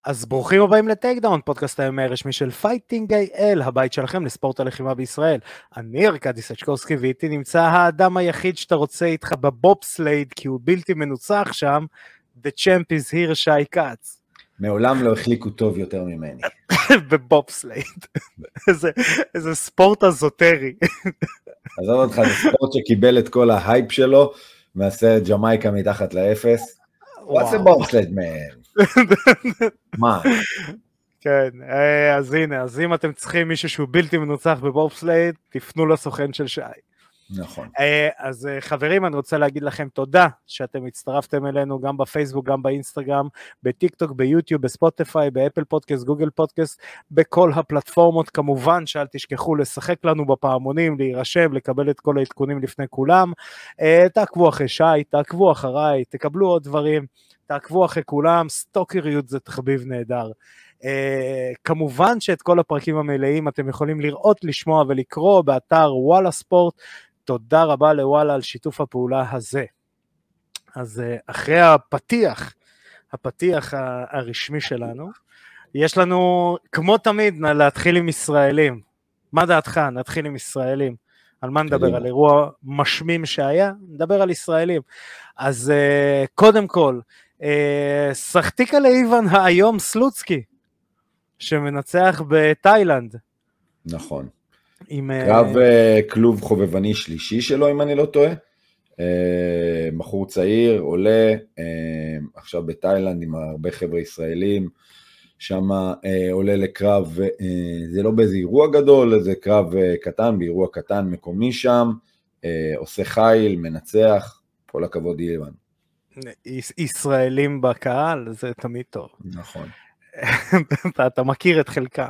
אז ברוכים הבאים לטייקדאון, פודקאסט היומי הרשמי של פייטינג איי-אל, הבית שלכם לספורט הלחימה בישראל. אני ארקדי סצ'קובסקי, ואיתי נמצא האדם היחיד שאתה רוצה איתך בבובסלייד, כי הוא בלתי מנוצח שם, The Champ is here, שי קץ. מעולם לא החליקו טוב יותר ממני. בבובסלייד. איזה ספורט אזוטרי. עזוב אותך, זה ספורט שקיבל את כל ההייפ שלו, מעשה ג'מייקה מתחת לאפס. What's a bobsled man? מה? כן, אז הנה, אז אם אתם צריכים מישהו שהוא בלתי מנוצח בבובסלייד, תפנו לסוכן של שי. נכון. אז חברים, אני רוצה להגיד לכם תודה שאתם הצטרפתם אלינו גם בפייסבוק, גם באינסטגרם, בטיק טוק, ביוטיוב, בספוטיפיי, באפל פודקאסט, גוגל פודקאסט, בכל הפלטפורמות. כמובן שאל תשכחו לשחק לנו בפעמונים, להירשם, לקבל את כל העדכונים לפני כולם. תעקבו אחרי שי, תעקבו אחריי, תקבלו עוד דברים, תעקבו אחרי כולם. סטוקריות זה תחביב נהדר. כמובן שאת כל הפרקים המלאים אתם יכולים לראות, לשמוע ולקרוא באתר וואלה ספורט. תודה רבה לוואלה על שיתוף הפעולה הזה. אז אחרי הפתיח הרשמי שלנו, יש לנו, כמו תמיד, להתחיל עם ישראלים. מה דעתך? נתחיל עם ישראלים. על מה נדבר? על אירוע משמים שהיה? נדבר על ישראלים. אז קודם כל, שחתיקה לאיוון היום סלוצקי, שמנצח בתאילנד. נכון. קרב כלוב חובבני שלישי שלו, אם אני לא טועה. בחור צעיר, עולה, עכשיו בתאילנד עם הרבה חבר'ה ישראלים, שם עולה לקרב, זה לא באיזה אירוע גדול, זה קרב קטן, באירוע קטן מקומי שם, עושה חיל, מנצח, כל הכבוד איוון. ישראלים בקהל, זה תמיד טוב. נכון. אתה מכיר את חלקם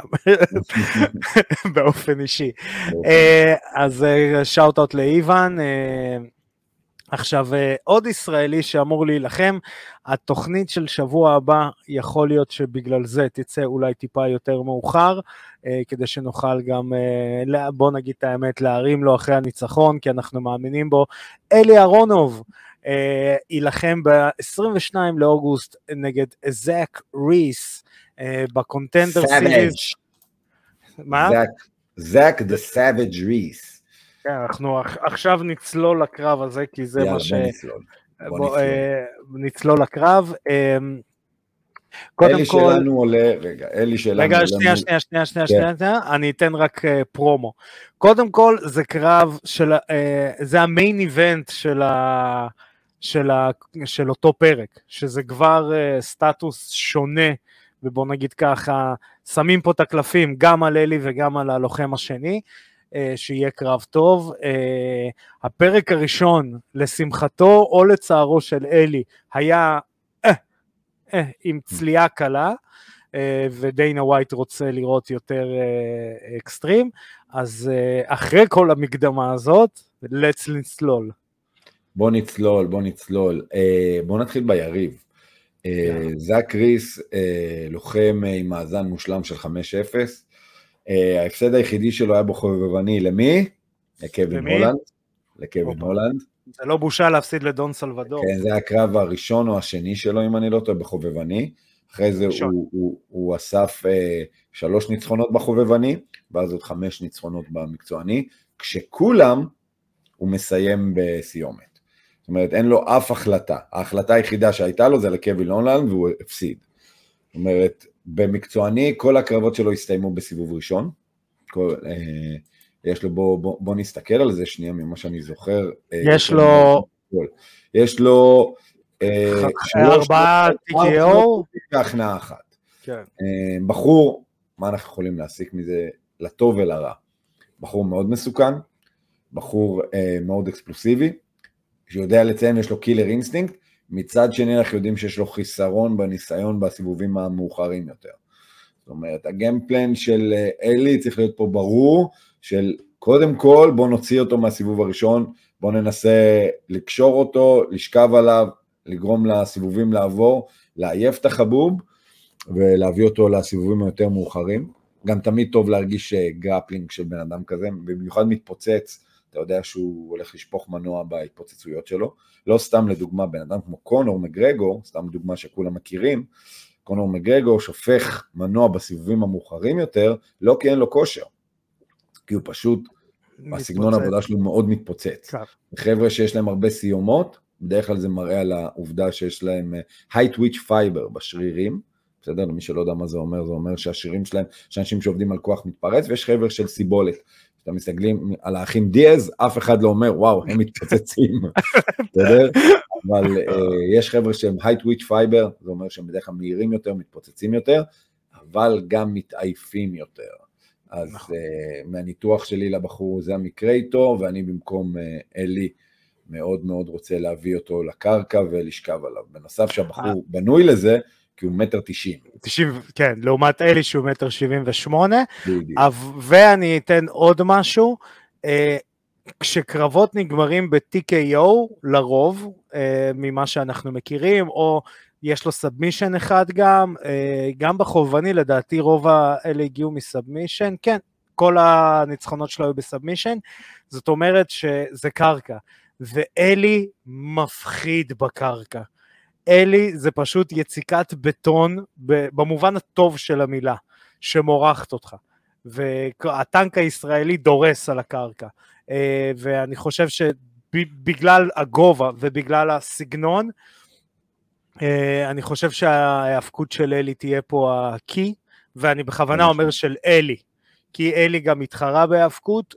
באופן אישי. אז שאוט-אוט לאיוון. עכשיו עוד ישראלי שאמור להילחם, התוכנית של שבוע הבא יכול להיות שבגלל זה תצא אולי טיפה יותר מאוחר, כדי שנוכל גם, בוא נגיד את האמת, להרים לו אחרי הניצחון, כי אנחנו מאמינים בו. אלי אהרונוב יילחם ב-22 לאוגוסט נגד זאק ריס, בקונטנדר סיריז. מה? זאק דה סאביג' ריס. כן, אנחנו עכשיו נצלול לקרב הזה, כי זה מה ש... נצלול לקרב. אלי שלנו עולה, אלי שלנו עולה... שנייה, אני אתן רק פרומו. קודם כל, זה קרב זה המיין איבנט של אותו פרק, שזה כבר סטטוס שונה, ובוא נגיד ככה, שמים פה את הקלפים גם על אלי וגם על הלוחם השני, שיהיה קרב טוב. הפרק הראשון, לשמחתו או לצערו של אלי, היה עם צליעה קלה, ודיינה ווייט רוצה לראות יותר אקסטרים, אז אחרי כל המקדמה הזאת, let's נצלול. בוא נצלול. בוא נתחיל ביריב. זאק ריס, לוחם עם מאזן מושלם של 5-0, ההפסד היחידי שלו היה בחובבני, למי? לקווין הולנד. זה לא בושה להפסיד לדון סלבדור. כן, זה הקרב הראשון או השני שלו, אם אני לא טועה, בחובבני. אחרי זה הוא אסף 3 ניצחונות בחובבני, ואז עוד 5 ניצחונות במקצועני, כשכולם הוא מסיים בסיומת. זאת אומרת, אין לו אף החלטה. ההחלטה היחידה שהייתה לו זה לקווין הולנד, והוא הפסיד. זאת אומרת, במקצועני, כל הקרבות שלו הסתיימו בסיבוב ראשון. יש לו, בוא נסתכל על זה שנייה, ממה שאני זוכר. יש לו 4 TKO והכנעה אחת. בחור, מה אנחנו יכולים להסיק מזה? לטוב ולרע. בחור מאוד מסוכן, בחור מאוד אקספלוסיבי, שיודע לציין, יש לו קילר אינסטינקט, מצד שני אנחנו יודעים שיש לו חיסרון בניסיון בסיבובים המאוחרים יותר. זאת אומרת, הגיימפלן של אלי צריך להיות פה ברור, של קודם כל בוא נוציא אותו מהסיבוב הראשון, בוא ננסה לקשור אותו, לשכב עליו, לגרום לסיבובים לעבור, לעייף את החבוב, ולהביא אותו לסיבובים היותר מאוחרים. גם תמיד טוב להרגיש גרפלינג של בן אדם כזה, במיוחד מתפוצץ, אתה יודע שהוא הולך לשפוך מנוע בהתפוצצויות שלו, לא סתם לדוגמה בן אדם כמו קונור מגרגור, סתם דוגמה שכולם מכירים, קונור מגרגור שופך מנוע בסיבובים המאוחרים יותר, לא כי אין לו כושר, כי הוא פשוט, הסגנון העבודה שלו מאוד מתפוצץ. חבר'ה שיש להם הרבה סיומות, בדרך כלל זה מראה על העובדה שיש להם high twitch fiber בשרירים, בסדר? למי שלא יודע מה זה אומר שהשרירים שלהם, שאנשים שעובדים על כוח מתפרץ, ויש חבר'ה של סיבולת. כשאתם מסתכלים על האחים דיאז, אף אחד לא אומר, וואו, הם מתפוצצים, בסדר? אבל יש חבר'ה שהם high twitch fiber, זה אומר שהם בדרך כלל מהירים יותר, מתפוצצים יותר, אבל גם מתעייפים יותר. אז מהניתוח שלי לבחור זה המקרה איתו, ואני במקום אלי מאוד מאוד רוצה להביא אותו לקרקע ולשכב עליו. בנוסף שהבחור בנוי לזה, כי הוא 1.90 מטר. כן, לעומת אלי שהוא 1.78 מטר. ואני אתן עוד משהו, כשקרבות נגמרים ב-TKO לרוב, ממה שאנחנו מכירים, או יש לו סאבמישן אחד גם בחובבני, לדעתי רוב האלה הגיעו מסאבמישן, כן, כל הניצחונות שלו היו בסאבמישן, זאת אומרת שזה קרקע, ואלי מפחיד בקרקע. אלי זה פשוט יציקת בטון, במובן הטוב של המילה, שמורחת אותך, והטנק הישראלי דורס על הקרקע, ואני חושב שבגלל הגובה ובגלל הסגנון, אני חושב שההאבקות של אלי תהיה פה הקי, ואני בכוונה אומר של אלי, כי אלי גם התחרה בהאבקות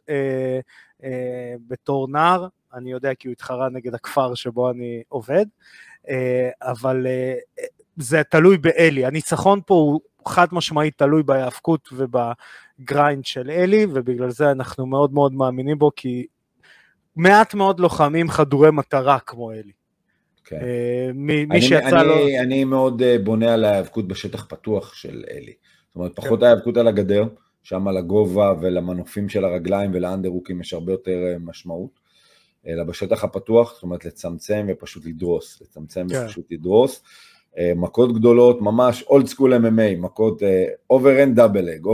בתור נער, אני יודע כי הוא התחרה נגד הכפר שבו אני עובד, אבל זה תלוי באלי, הניצחון פה הוא חד משמעית תלוי בהאבקות ובגריינד של אלי, ובגלל זה אנחנו מאוד מאוד מאמינים בו, כי מעט מאוד לוחמים חדורי מטרה כמו אלי. מי שיצא לו... אני מאוד בונה על ההאבקות בשטח פתוח של אלי, זאת אומרת פחות ההאבקות על הגדר, שם על הגובה ולמנופים של הרגליים ולאנדרוקים יש הרבה יותר משמעות, אלא בשטח הפתוח, זאת אומרת לצמצם ופשוט לדרוס, לדרוס, מכות גדולות, ממש אולד סקול MMA, מכות אובר-אנד דאבל-אג,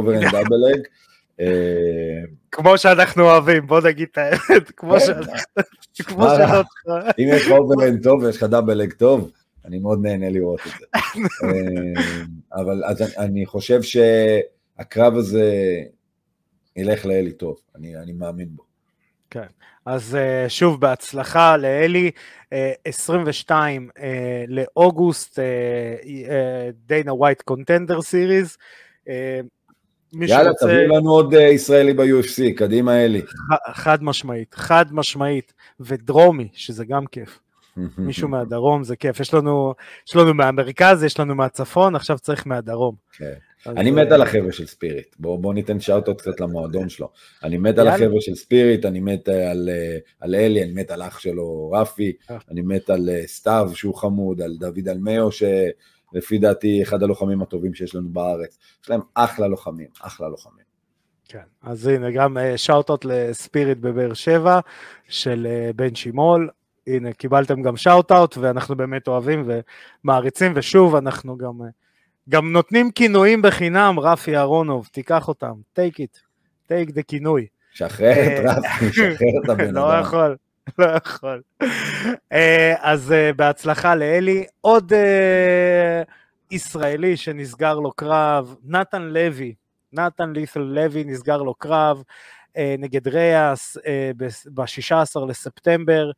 כמו שאנחנו אוהבים, בוא נגיד את האמת, כמו שאנחנו... אם יש לך אובר-אנד טוב ויש לך דאבל-אג טוב, אני מאוד נהנה לראות את זה. אבל אני חושב שהקרב הזה ילך לאלי טוב, אני מאמין בו. כן, אז שוב בהצלחה לאלי, 22 לאוגוסט, דיינה ווייט קונטנדר סיריז, יאללה, תביאו לנו עוד ישראלי ב-UFC, קדימה אלי. חד משמעית, ודרומי, שזה גם כיף. מישהו מהדרום זה כיף, יש לנו מהמרכז, יש לנו מהצפון, עכשיו צריך מהדרום. אני מת על החבר'ה של ספיריט, בואו ניתן שאוטות קצת למועדון שלו, אני מת על החבר'ה של ספיריט, אני מת על אלי, אני מת על אח שלו רפי, אני מת על סתיו שהוא חמוד, על דוד אלמאו שלפי דעתי אחד הלוחמים הטובים שיש לנו בארץ, יש להם אחלה לוחמים. כן, אז הנה גם שאוטות לספיריט בבאר שבע של בן שימול, הנה קיבלתם גם שאוט-אוט, ואנחנו באמת אוהבים ומעריצים, ושוב אנחנו גם נותנים כינויים בחינם, רפי אהרונוב, תיקח אותם, take the כינוי. שחרר את רפי, שחרר את הבן אדם. לא יכול. אז בהצלחה לאלי, עוד ישראלי שנסגר לו קרב, נתן לית'ל לוי נסגר לו קרב, נגד ריאס, ב-16 לספטמבר,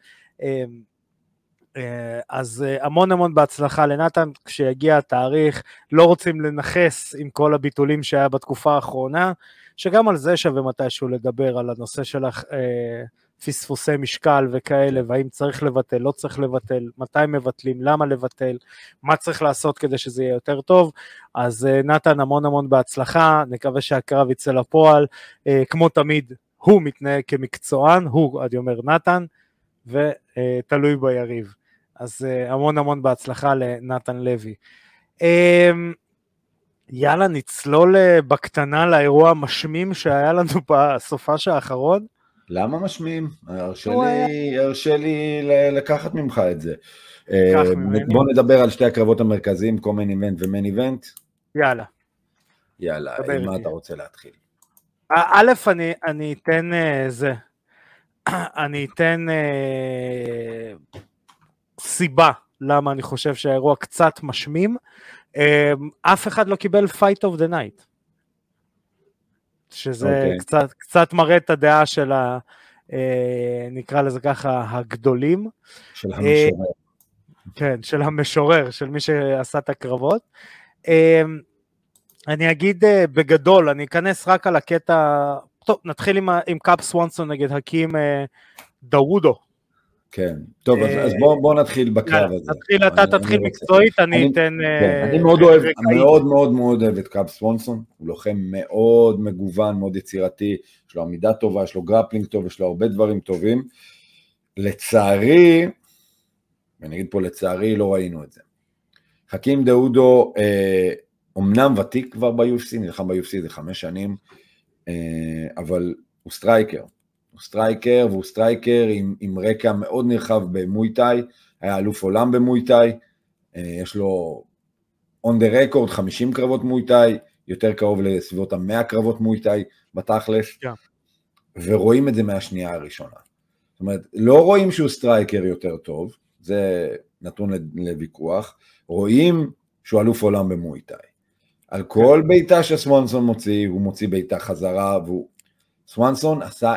אז המון בהצלחה לנתן, כשיגיע התאריך, לא רוצים לנחס עם כל הביטולים שהיה בתקופה האחרונה, שגם על זה שווה מתישהו לדבר, על הנושא של פספוסי משקל וכאלה, והאם צריך לבטל, לא צריך לבטל, מתי מבטלים, למה לבטל, מה צריך לעשות כדי שזה יהיה יותר טוב, אז נתן המון בהצלחה, נקווה שהקרב יצא לפועל, כמו תמיד, הוא מתנהג כמקצוען, אני אומר נתן, ותלוי ביריב. אז המון בהצלחה לנתן לוי. יאללה, נצלול בקטנה לאירוע המשמים שהיה לנו בסופש האחרון. למה משמים? הרשה לי לקחת ממך את זה. בוא נדבר על שתי הקרבות המרכזיים, קומן איבנט ומן איבנט. יאללה, עם מה אתה רוצה להתחיל? א', אני אתן סיבה למה אני חושב שהאירוע קצת משמים, אף אחד לא קיבל Fight of the Night, שזה קצת מראה את הדעה של נקרא לזה ככה, הגדולים. של המשורר. כן, של המשורר, של מי שעשה את הקרבות. אני אגיד בגדול, אני אכנס רק על הקטע, טוב, נתחיל עם קאפ סוונסון נגד הקים דאודו. כן, טוב, אז בואו נתחיל בקרב הזה. אתה תתחיל מקצועית, אני אתן... אני מאוד מאוד אוהב את קאפ סוונסון, הוא לוחם מאוד מגוון, מאוד יצירתי, יש לו עמידה טובה, יש לו גרפלינג טוב, יש לו הרבה דברים טובים. לצערי, ואני אגיד פה לצערי, לא ראינו את זה. חכים דאודו, אמנם ותיק כבר ב-UFC, נלחם ב-UFC זה 5 שנים, אבל הוא סטרייקר. הוא סטרייקר, והוא סטרייקר עם רקע מאוד נרחב במוי-טאי, היה אלוף עולם במוי-טאי, יש לו on the record 50 קרבות מוי-טאי, יותר קרוב לסביבות 100 קרבות מוי-טאי בתכלס, ורואים את זה מהשנייה הראשונה. זאת אומרת, לא רואים שהוא סטרייקר יותר טוב, זה נתון לוויכוח, רואים שהוא אלוף עולם במוי-טאי. על כל ביתה שסוונסון מוציא, הוא מוציא ביתה חזרה, סוונסון עשה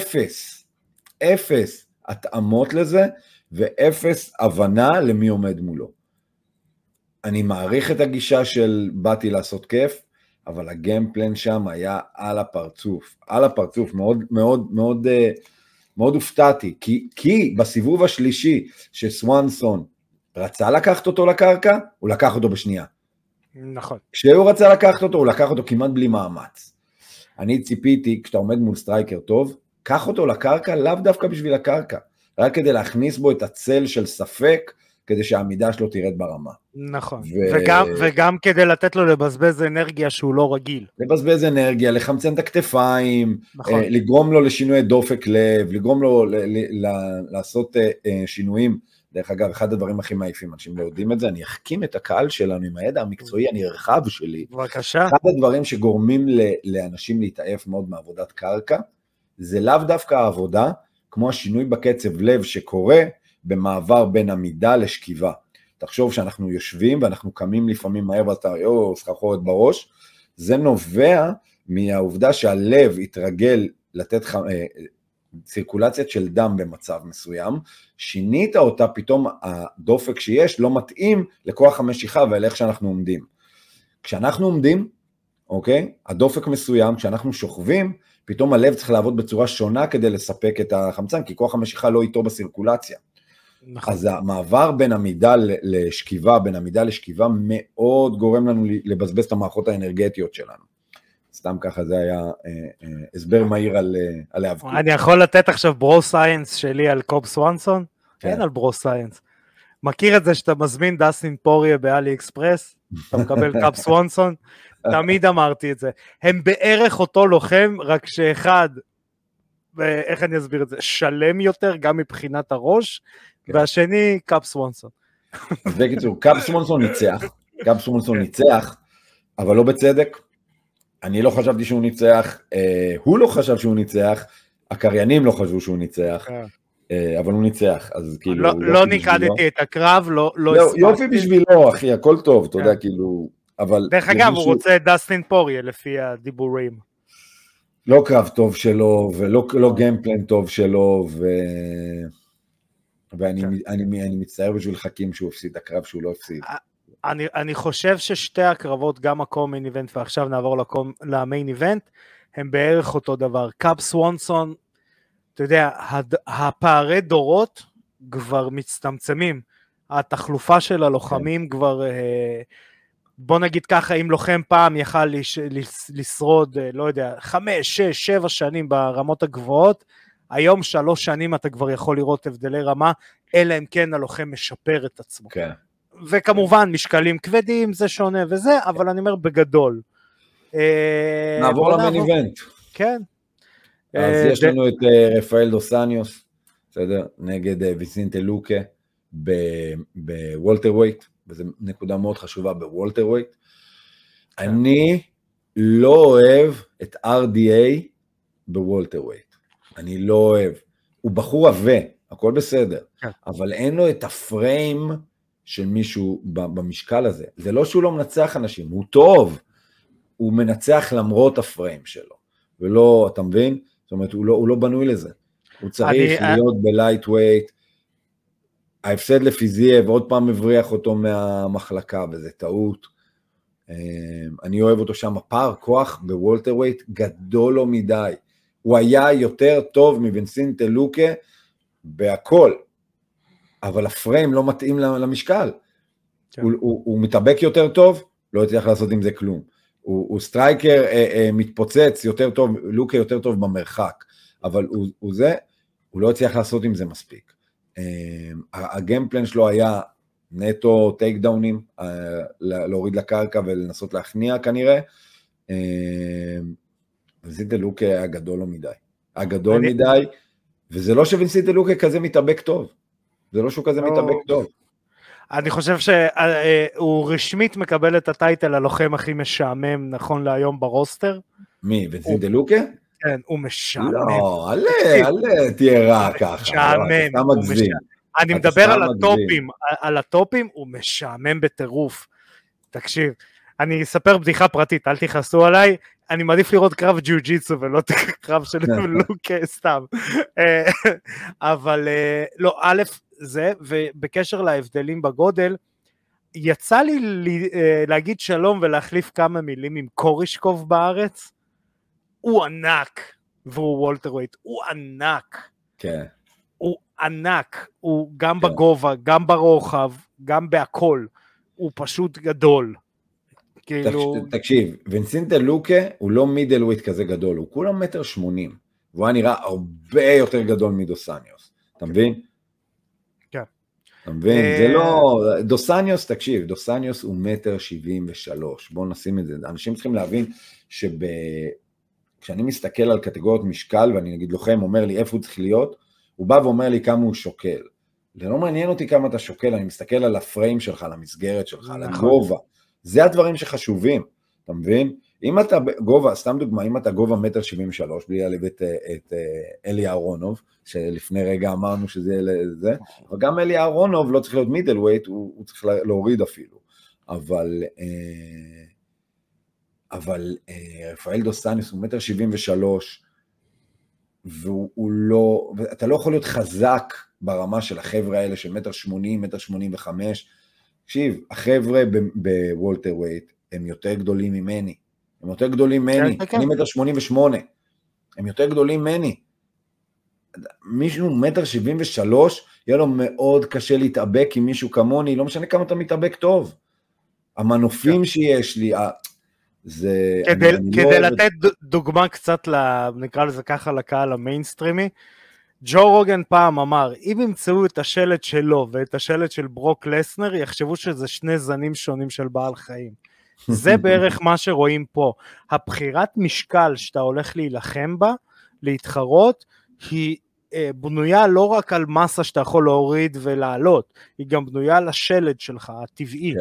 אפס התאמות לזה, ואפס הבנה למי עומד מולו. אני מעריך את הגישה של באתי לעשות כיף, אבל הגיימפלן שם היה על הפרצוף, מאוד מאוד מאוד מאוד הופתעתי, כי בסיבוב השלישי שסוונסון רצה לקחת אותו לקרקע, הוא לקח אותו בשנייה. נכון. כשהוא רצה לקחת אותו, הוא לקח אותו כמעט בלי מאמץ. אני ציפיתי, כשאתה עומד מול סטרייקר טוב, קח אותו לקרקע, לאו דווקא בשביל הקרקע, רק כדי להכניס בו את הצל של ספק, כדי שהעמידה שלו תירד ברמה. נכון, וגם כדי לתת לו לבזבז אנרגיה שהוא לא רגיל. לבזבז אנרגיה, לחמצן את הכתפיים, נכון. לגרום לו לשינוי דופק לב, לגרום לו לעשות שינויים. דרך אגב, אחד הדברים הכי מעיפים, אנשים לא יודעים את זה, אני אחכים את הקהל שלנו עם הידע המקצועי הנרחב שלי. בבקשה. אחד הדברים שגורמים לאנשים להתעייף מאוד מעבודת קרקע, זה לאו דווקא העבודה, כמו השינוי בקצב לב שקורה במעבר בין עמידה לשכיבה. תחשוב שאנחנו יושבים ואנחנו קמים לפעמים מהר ואתה סחרחורת בראש, זה נובע מהעובדה שהלב התרגל לתת צירקולציית של דם במצב מסוים, שינית אותה, פתאום הדופק שיש לא מתאים לכוח המשיכה ואיך שאנחנו עומדים. כשאנחנו עומדים, אוקיי, הדופק מסוים, כשאנחנו שוכבים, פתאום הלב צריך לעבוד בצורה שונה כדי לספק את החמצן, כי כוח המשיכה לא איתו בסירקולציה. נכון. אז המעבר בין עמידה לשכיבה, בין עמידה לשכיבה, מאוד גורם לנו לבזבז את המערכות האנרגטיות שלנו. סתם ככה זה היה הסבר מהיר על ההבקות. אני יכול לתת עכשיו ברו סיינס שלי על קוב סוונסון? אין על ברו סיינס. מכיר את זה שאתה מזמין דסטין פוריה באלי אקספרס, אתה מקבל קאפ סוונסון? תמיד אמרתי את זה. הם בערך אותו לוחם, רק שאחד, איך אני אסביר את זה, שלם יותר גם מבחינת הראש, והשני קאפ סוונסון. אז בקיצור, קאפ סוונסון ניצח, אבל לא בצדק. אני לא חשבתי שהוא ניצח, הוא לא חשב שהוא ניצח, הקריינים לא חשבו שהוא ניצח, אבל הוא ניצח, אז כאילו... לא ניקדתי את הקרב, לא הספקתי. יופי בשבילו, אחי, הכל טוב, אתה יודע, כאילו, אבל... דרך אגב, הוא רוצה דסטין פוריה, לפי הדיבורים. לא קרב טוב שלו, ולא גיימפלן טוב שלו, ואני מצטער בשביל חכים שהוא הפסיד, הקרב שהוא לא הפסיד. אני חושב ששתי הקרבות, גם הקומיין איבנט, ועכשיו נעבור למיין איבנט, הם בערך אותו דבר. קאפ סוונסון, אתה יודע, הפערי דורות כבר מצטמצמים, התחלופה של הלוחמים כבר, בוא נגיד ככה, אם לוחם פעם יכל לשרוד, לא יודע, 5, 6, 7 שנים ברמות הגבוהות, היום 3 שנים אתה כבר יכול לראות הבדלי רמה, אלא אם כן הלוחם משפר את עצמו. כן. וכמובן משקלים כבדים, זה שונה וזה, אבל אני אומר בגדול. נעבור למיין איבנט. כן. אז יש לנו את רפאל דוס אניוס, בסדר, נגד ויסינטה לוקה בוולטר ווייט, וזו נקודה מאוד חשובה בוולטר ווייט. אני לא אוהב את RDA בוולטר ווייט. אני לא אוהב. הוא בחור עבה, הכל בסדר, אבל אין לו את הפריים של מישהו במשקל הזה. זה לא שהוא לא מנצח אנשים, הוא טוב, הוא מנצח למרות הפריים שלו, ולא, אתה מבין? זאת אומרת, הוא לא בנוי לזה. הוא צריך להיות בלייט ווייט, ההפסד לפיזיה, ועוד פעם מבריח אותו מהמחלקה, וזה טעות. אני אוהב אותו שם, הפער כוח בוולטר ווייט גדול לו מדי. הוא היה יותר טוב מווינסנטה לוקה בהכל, אבל הפריים לא מתאים למשקל. הוא מתאבק יותר טוב, לא הצליח לעשות עם זה כלום. הוא סטרייקר מתפוצץ יותר טוב, לוקה יותר טוב במרחק, אבל הוא לא הצליח לעשות עם זה מספיק. הגיימפלן שלו היה נטו טייק דאונים, להוריד לקרקע ולנסות להכניע כנראה, וינסנטה לוקה היה גדול לו מדי. היה גדול מדי, וזה לא שווינסנטה לוקה כזה מתאבק טוב. זה לא שהוא כזה מתאבק טוב. אני חושב שהוא רשמית מקבל את הטייטל הלוחם הכי משעמם נכון להיום ברוסטר. מי? וינסנטה לוקה? כן, הוא משעמם. לא, עלה, תהיה רע ככה. משעמם. אני מדבר על הטופים, הוא משעמם בטירוף. תקשיב, אני אספר בדיחה פרטית, אל תכעסו עליי, אני מעדיף לראות קרב ג'יו-ג'יצו ולא קרב של לוקה סתם. אבל לא, א' זה, ובקשר להבדלים בגודל, יצא לי להגיד שלום ולהחליף כמה מילים עם קורישקוב בארץ, הוא ענק, והוא וולטר ווייט, הוא ענק. כן. הוא ענק, הוא גם בגובה, גם ברוחב, גם בהכל, הוא פשוט גדול. תקשיב, וינסנטה לוקה הוא לא מידל ווייט כזה גדול, הוא כולם 1.80 מטר, והוא היה נראה הרבה יותר גדול מדוסניוס, אתה מבין? כן. אתה מבין? זה לא, דוסניוס, תקשיב, דוסניוס הוא 1.73 מטר, בואו נשים את זה, אנשים צריכים להבין כשאני מסתכל על קטגוריות משקל, ואני נגיד לוחם אומר לי איפה הוא צריך להיות, הוא בא ואומר לי כמה הוא שוקל, זה לא מעניין אותי כמה אתה שוקל, אני מסתכל על הפריים שלך, על המסגרת שלך, על הגובה, זה הדברים שחשובים, אתה מבין? אם אתה גובה, סתם דוגמה, אם אתה גובה 1.73 מטר, בלי להעליב את אלי אהרונוב, שלפני רגע אמרנו שזה זה, וגם אלי אהרונוב לא צריך להיות מידל ווייט, הוא צריך להוריד אפילו, אבל רפאל דוסניוס הוא 1.73 מטר, והוא לא, ואתה לא יכול להיות חזק ברמה של החבר'ה האלה של 1.80 מטר, 1.85 מטר, תקשיב, החבר'ה בוולטר ווייט הם יותר גדולים ממני, הם יותר גדולים ממני, אני 1.88 מטר, הם יותר גדולים ממני, מישהו 1.73 מטר, יהיה לו מאוד קשה להתאבק עם מישהו כמוני, לא משנה כמה אתה מתאבק טוב, המנופים שיש לי, זה... כדי לתת דוגמה קצת, נקרא לזה ככה, לקהל המיינסטרימי, ג'ו רוגן פעם אמר, אם ימצאו את השלט שלו ואת השלט של ברוק לסנר, יחשבו שזה שני זנים שונים של בעל חיים. זה בערך מה שרואים פה. הבחירת משקל שאתה הולך להילחם בה, להתחרות, היא בנויה לא רק על מסה שאתה יכול להוריד ולעלות, היא גם בנויה על השלט שלך, הטבעי.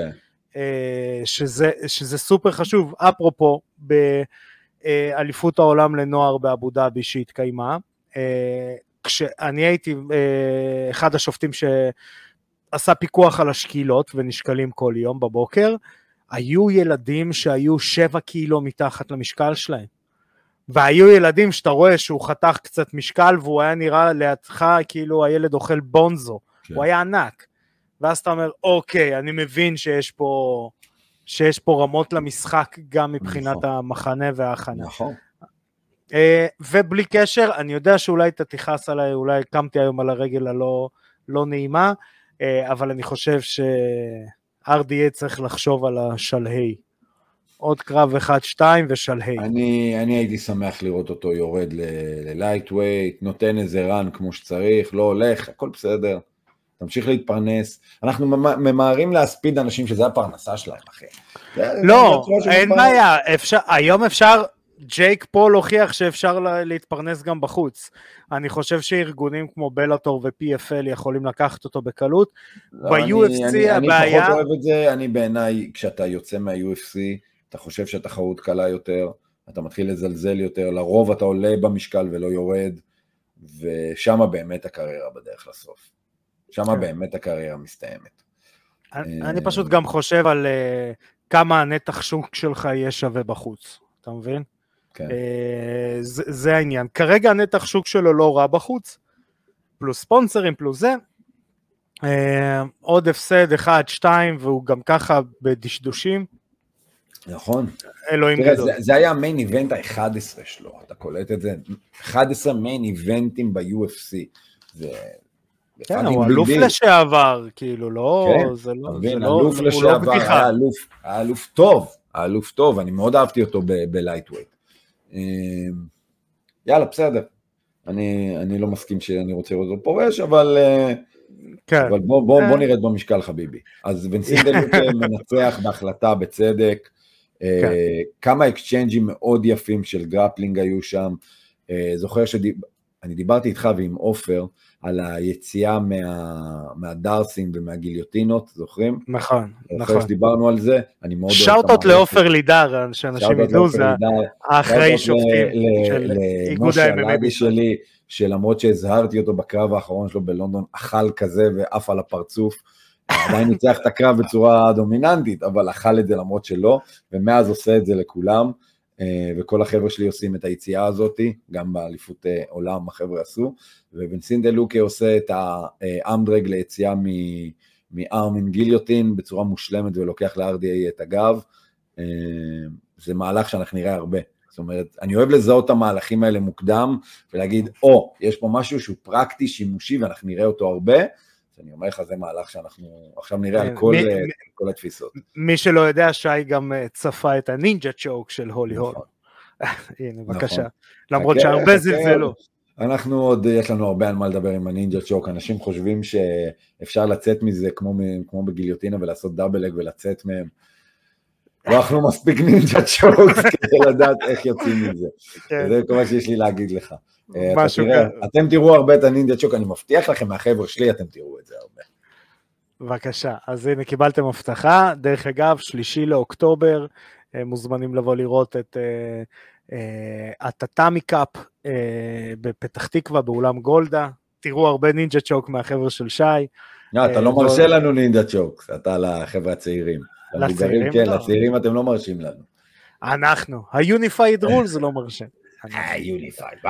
שזה סופר חשוב. אפרופו, באליפות העולם לנוער באבו דאבי שהתקיימה, כשאני הייתי אחד השופטים שעשה פיקוח על השקילות ונשקלים כל יום בבוקר, היו ילדים שהיו 7 קילו מתחת למשקל שלהם, והיו ילדים שאתה רואה שהוא חתך קצת משקל והוא היה נראה לידך כאילו הילד אוכל בונזו, הוא היה ענק, ואז אתה אומר אוקיי, אני מבין שיש פה רמות למשחק גם מבחינת המחנה וההכנה. נכון. ובלי קשר, אני יודע שאולי אתה תכעס עליי, אולי קמתי היום על הרגל הלא נעימה, אבל אני חושב ש-RDA צריך לחשוב על השלהי. עוד קרב 1-2 ושלהי. אני הייתי שמח לראות אותו יורד ללייטווייט, נותן איזה רן כמו שצריך, לא הולך, הכל בסדר. תמשיך להתפרנס. אנחנו ממהרים להספיד אנשים שזה הפרנסה שלהם, אחי. לא, אין בעיה. היום אפשר... ג'ייק פול הוכיח שאפשר להתפרנס גם בחוץ. אני חושב שארגונים כמו בלאטור ו-PFL יכולים לקחת אותו בקלות. ב-UFC הבעיה... אני פחות אוהב את זה, אני בעיניי, כשאתה יוצא מה-UFC, אתה חושב שהתחרות קלה יותר, אתה מתחיל לזלזל יותר, לרוב אתה עולה במשקל ולא יורד, ושם באמת הקריירה בדרך לסוף. שם באמת הקריירה מסתיימת. אני פשוט גם חושב על כמה הנתח שוק שלך יהיה שווה בחוץ, אתה מבין? כן. זה העניין. כרגע הנתח שוק שלו לא רע בחוץ, פלוס ספונסרים, פלוס זה. עוד הפסד 1-2, והוא גם ככה בדשדושים. נכון. אלוהים תראה, גדול. זה היה המיין איבנט ה-11 שלו, אתה קולט את זה? 11 מיין איבנטים ב-UFC. כן, הוא אלוף לשעבר, כאילו, לא, כן, זה לא, מבין, אלוף לשעבר, היה אלוף טוב, אני מאוד אהבתי אותו בלייטווייט. יאללה, בסדר. אני לא מסכים שאני רוצה לראות אותו פורש, אבל בוא נרד במשקל חביבי. אז וינסנט דה לוקה מנצח בהחלטה בצדק, כמה אקסצ'יינג'ים מאוד יפים של גרפלינג היו שם, זוכר שאני דיברתי איתך ועם אופר, על היציאה מהדרסים ומהגיליוטינות, זוכרים? נכון, נכון. אחרי שדיברנו על זה, אני מאוד אוהב... שאוטות לאופר לידר, שאנשים ידעו, זה האחראי שופטים של איגוד ה-MMA שלי, שלמרות שהזהרתי אותו בקרב האחרון שלו בלונדון, אכל כזה ואף על הפרצוף, עדיין ניצח את הקרב בצורה דומיננטית, אבל אכל את זה למרות שלא, ומאז עושה את זה לכולם, וכל החבר'ה שלי עושים את היציאה הזאת, גם באליפות עולם החבר'ה עשו, ווינסנט דה לוקה עושה את האמדרג ליציאה מארם עם גיליוטין בצורה מושלמת, ולוקח ל-RDA את הגב, זה מהלך שאנחנו נראה הרבה, זאת אומרת, אני אוהב לזהות את המהלכים האלה מוקדם, ולהגיד, יש פה משהו שהוא פרקטי, שימושי, ואנחנו נראה אותו הרבה, אני אומר לך, זה מהלך שאנחנו עכשיו נראה על כל התפיסות. מי שלא יודע, שי גם צפה את הנינג'ה צ'וק של הולי הול. הנה, בבקשה. למרות שהרבה זלזלו. אנחנו עוד, יש לנו הרבה על מה לדבר עם הנינג'ה צ'וק, אנשים חושבים שאפשר לצאת מזה כמו בגיליוטינה, ולעשות דאבל-אג ולצאת מהם. לא אכלו מספיק נינג'ה צ'וק, כדי לדעת איך יוצאים מזה. זה כל מה שיש לי להגיד לך. אתם תראו הרבה את הנינג'ה צ'וק, אני מבטיח לכם מהחבר'ה שלי, אתם תראו את זה הרבה. בבקשה, אז הנה קיבלתם הבטחה, דרך אגב, 3 לאוקטובר, מוזמנים לבוא לראות את הטאטאמי קאפ בפתח תקווה, באולם גולדה, תראו הרבה נינג'ה צ'וק מהחבר'ה של שי. אתה לא מרשה לנו נינג'ה צ'וק, אתה לחבר'ה הצעירים. לצעירים כן, לצעירים אתם לא מרשים לנו. אנחנו, ה-Unified Rules לא מרשים. Unified,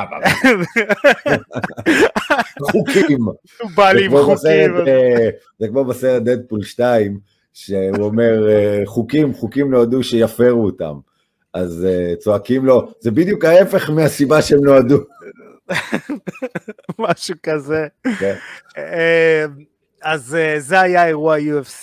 חוקים. בעלים חוקים. זה כמו בסרט דדפול 2, שהוא אומר, חוקים נועדו שיפרו אותם. אז צועקים לו, זה בדיוק ההפך מהסיבה שהם נועדו. משהו כזה. אז זה היה אירוע UFC,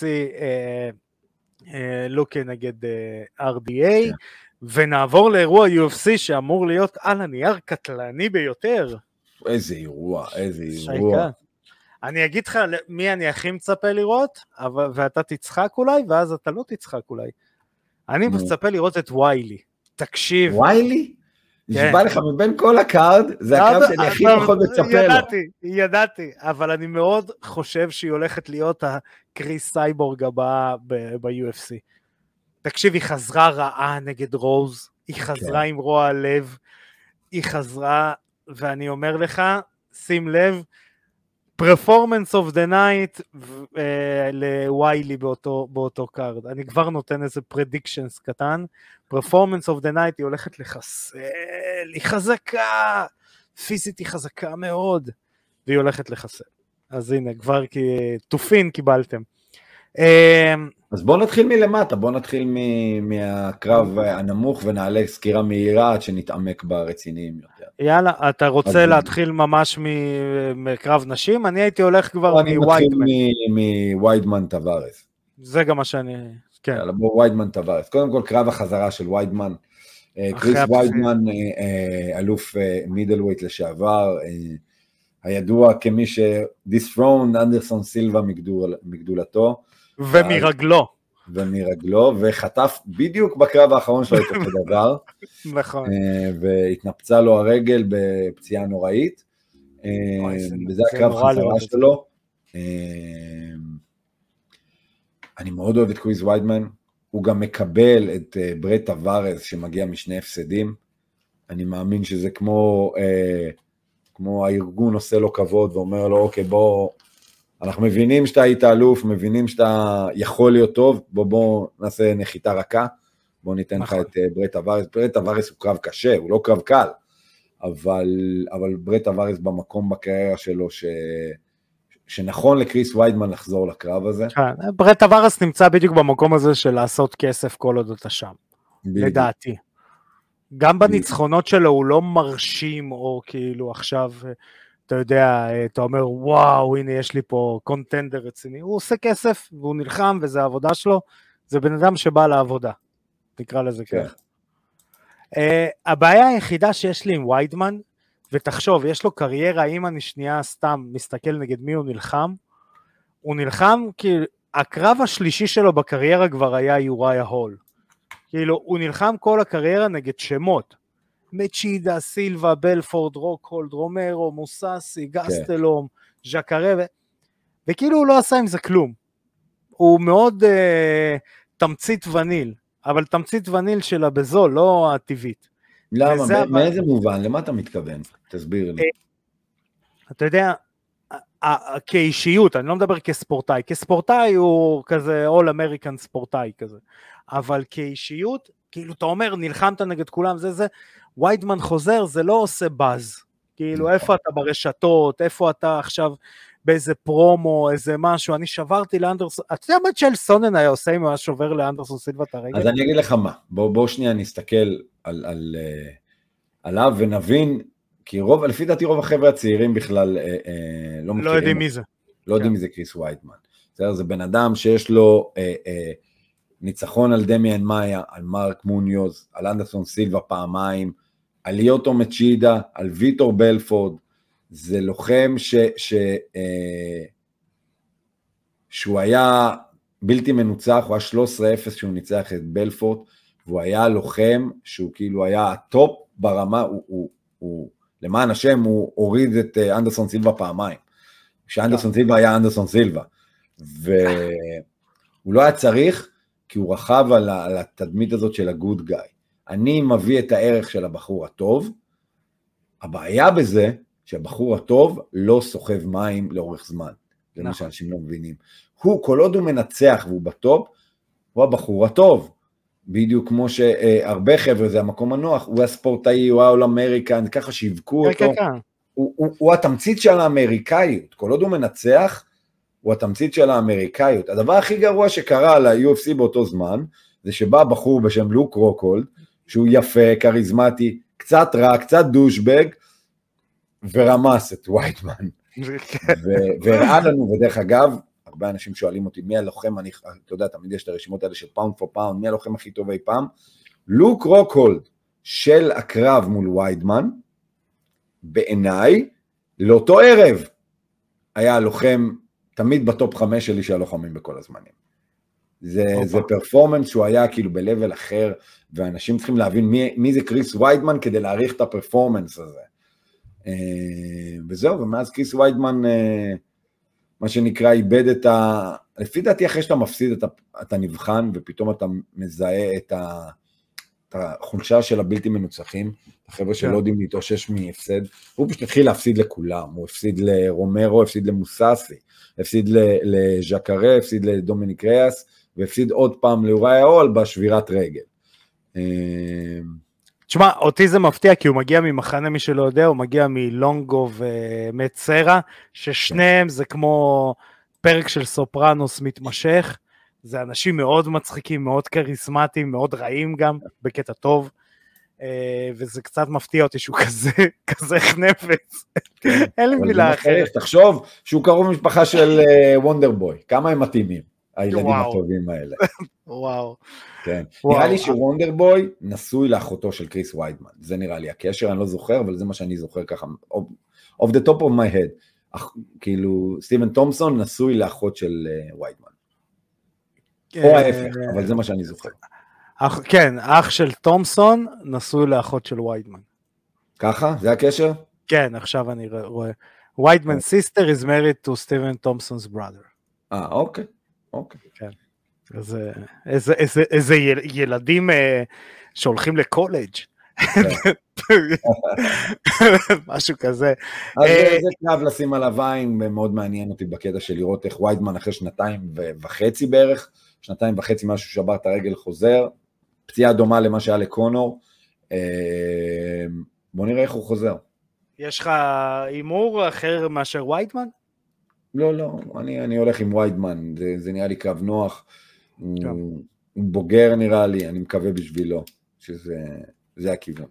לוקה נגד RDA, ונעבור לאירוע UFC שאמור להיות על הנייר קטלני ביותר. איזה אירוע. אני אגיד לך מי אני הכי מצפה לראות, ואתה תצחק אולי, ואז אתה לא תצחק אולי. אני מצפה לראות את ויילי. תקשיב. ויילי? נשבע לך מבין כל הקארד, זה הקארד שאני הכי פחות מצפה לו. ידעתי, אבל אני מאוד חושב שהיא הולכת להיות הקריס סייבורג הבאה ב-UFC. תקשיב, היא חזרה רעה נגד רוז, היא חזרה עם רוע לב, היא חזרה, ואני אומר לך, שים לב, performance of the night לוויילי באותו קארד. אני כבר נותן איזה predictions קטן, performance of the night היא הולכת לחסל, היא חזקה, פיזית היא חזקה מאוד, והיא הולכת לחסל. אז הנה, כבר תופין קיבלתם. אז בוא נתחיל מלמטה, בוא נתחיל מהקרב הנמוך ונעלה סקירה מהירה עד שנתעמק ברציניים יותר. יאללה, אתה רוצה להתחיל ממש מקרב נשים? אני הייתי הולך כבר מוויידמן. אני מתחיל מוויידמן טווארס. זה גם מה שאני... כן. יאללה, בוא וויידמן טווארס. קודם כל קרב החזרה של וויידמן. קריס וויידמן, אלוף מידלווייט לשעבר, הידוע כמי שדיסטרון אנדרסון סילבה מגדולתו. ומרגלו, וחטף בדיוק בקרב האחרון שלו את אותו דבר. נכון. והתנפצה לו הרגל בפציעה נוראית, וזה הקרב חזרה שלו. אני מאוד אוהב את קריס וויידמן, הוא גם מקבל את ברט טווארס שמגיע משני הפסדים, אני מאמין שזה כמו הארגון עושה לו כבוד ואומר לו, אוקיי, אנחנו מבינים שאתה היית אלוף, מבינים שאתה יכול להיות טוב, בוא נעשה נחיתה רכה, בוא ניתן לך את ברט טווארס. ברט טווארס הוא קרב קשה, הוא לא קרב קל, אבל ברט טווארס במקום בקריירה שלו שנכון לקריס ויידמן לחזור לקרב הזה. ברט טווארס נמצא בדיוק במקום הזה של לעשות כסף כל עוד אתה שם, לדעתי. גם בניצחונות שלו הוא לא מרשים, או כאילו עכשיו, אתה יודע, אתה אומר, וואו, הנה יש לי פה קונטנדר רציני. הוא עושה כסף, והוא נלחם, וזה העבודה שלו. זה בן אדם שבא לעבודה. תקרא לזה ככה. הבעיה היחידה שיש לי עם ויידמן, ותחשוב, יש לו קריירה, אם אני שנייה סתם מסתכל נגד מי הוא נלחם כי הקרב השלישי שלו בקריירה כבר היה יוריה הול. כאילו, הוא נלחם כל הקריירה נגד שמות. מצ'ידה, סילבה, בלפורד, רוקהולד, רומרו, מוססי, גסטלום, ז'קרה, וכאילו הוא לא עשה עם זה כלום. הוא מאוד תמצית וניל, אבל תמצית וניל שלה בזול, לא הטבעית. למה? מאיזה מובן? למה אתה מתכוון? תסביר לי. אתה יודע, כאישיות, אני לא מדבר כספורטאי, כספורטאי הוא כזה all American ספורטאי כזה, אבל כאישיות, כאילו אתה אומר, נלחמת נגד כולם, זה, ויידמן חוזר, זה לא עושה באז, כאילו איפה אתה ברשתות, איפה אתה עכשיו באיזה פרומו, איזה משהו, אני שברתי לאנדרסון, אתה יודע מה צ'ל סונן היה עושה אם הוא היה שובר לאנדרסון סילבה את הרגל? אז אני אגיד לך מה, בוא שנייה נסתכל עליו ונבין, כי לפי דעתי רוב החבר'ה הצעירים בכלל לא מכירים. לא יודעים מי זה. לא יודעים מי זה קריס ויידמן. זה בן אדם שיש לו ניצחון על דמיאן מאיה, על מרק מוניוז, על אנדרסון סילבה פעמיים, על ליוטו מצ'ידה, על ויטור בלפורד. זה לוחם שהוא היה בלתי מנוצח, הוא היה 13-0 שהוא ניצח את בלפורד, והוא היה לוחם שהוא כאילו היה הטופ ברמה, הוא למען השם הוא הוריד את אנדרסון סילבה פעמיים, כשאנדרסון סילבה היה אנדרסון סילבה, והוא לא היה צריך, כי הוא רחב על התדמית הזאת של הגוד גאי. אני מביא את הערך של הבחור הטוב, הבעיה בזה, שהבחור הטוב לא סוחב מים לאורך זמן, זה מה שאנשים לא מבינים. הוא, כל עוד הוא מנצח והוא בטופ, הוא הבחור הטוב, בדיוק כמו שהרבה חבר'ה, זה המקום הנוח, הוא הספורטאי, הוא העול אמריקן, ככה שיווקו אותו, הוא התמצית של האמריקאיות, כל עוד הוא מנצח, הוא התמצית של האמריקאיות. הדבר הכי גרוע שקרה ל-UFC באותו זמן, זה שבא בחור בשם לוק רוקהולד, שהוא יפה, קריזמטי, קצת רע, קצת דושבג, ורמס את ויידמן. והראה לנו, ודרך אגב, הרבה אנשים שואלים אותי, מי הלוחם, אתה יודע, תמיד יש את הרשימות האלה של פאונד פור פאונד, מי הלוחם הכי טוב אי פעם? לוק רוקהולד של הקרב מול ויידמן, בעיניי, לאותו ערב, היה הלוחם תמיד בטופ 5 שלי של הלוחמים בכל הזמנים. זה פרפורמנס שהוא היה כאילו בלבל אחר, ואנשים צריכים להבין מי זה קריס ויידמן כדי להעריך את הפרפורמנס הזה. וזהו, ומאז קריס ויידמן, מה שנקרא, איבד את לפי דעתי אחרי שאתה מפסיד, אתה נבחן, ופתאום אתה מזהה את החולשה של הבלתי מנוצחים, החבר'ה שלא יודעים להתאושש מהפסד, הוא פשוט התחיל להפסיד לכולם, הוא הפסיד לרומרו, הפסיד למוססי, הפסיד לז'קרה, הפסיד לדומיניק ריאס, והפסיד עוד פעם ליוריה הול בשבירת רגל. תשמע, אותי זה מפתיע, כי הוא מגיע ממחנה, מי שלא יודע, הוא מגיע מלונגו ומצרה, ששניהם זה כמו פרק של סופרנוס מתמשך, זה אנשים מאוד מצחיקים, מאוד קריסמטיים, מאוד רעים גם, בקטע טוב, וזה קצת מפתיע אותי שהוא כזה חנפץ, אין לי מילה אחרת. תחשוב שהוא קרוב משפחה של וונדרבוי, כמה הם מתאימים, הילדים הטובים האלה. וואו. כן, נראה לי שוונדרבוי נשוי לאחותו של קריס ויידמן, זה נראה לי הקשר, אני לא זוכר, אבל זה מה שאני זוכר ככה, off the top of my head, כאילו סטיבן תומפסון נשוי לאחות של ויידמן. או ההפך, אבל זה מה שאני זוכר. כן, אח של תומפסון נשוי לאחות של ויידמן. ככה? זה הקשר? כן, עכשיו אני רואה. ויידמן sister is married to Stephen Thompson's brother. אוקיי. כן. איזה ילדים שהולכים לקולג'. משהו כזה. אז זה קרב לשים עליו עין, ומאוד מעניין אותי בקטע של לראות איך ויידמן אחרי 2.5 בערך, 2.5 משהו שבר את הרגל חוזר, פציעה דומה למה שהיה לקונור, בוא נראה איך הוא חוזר. יש לך אימור אחר מאשר ויידמן? לא, אני הולך עם ויידמן, זה נראה לי קרב נוח, הוא בוגר נראה לי, אני מקווה בשבילו, שזה הכיוון.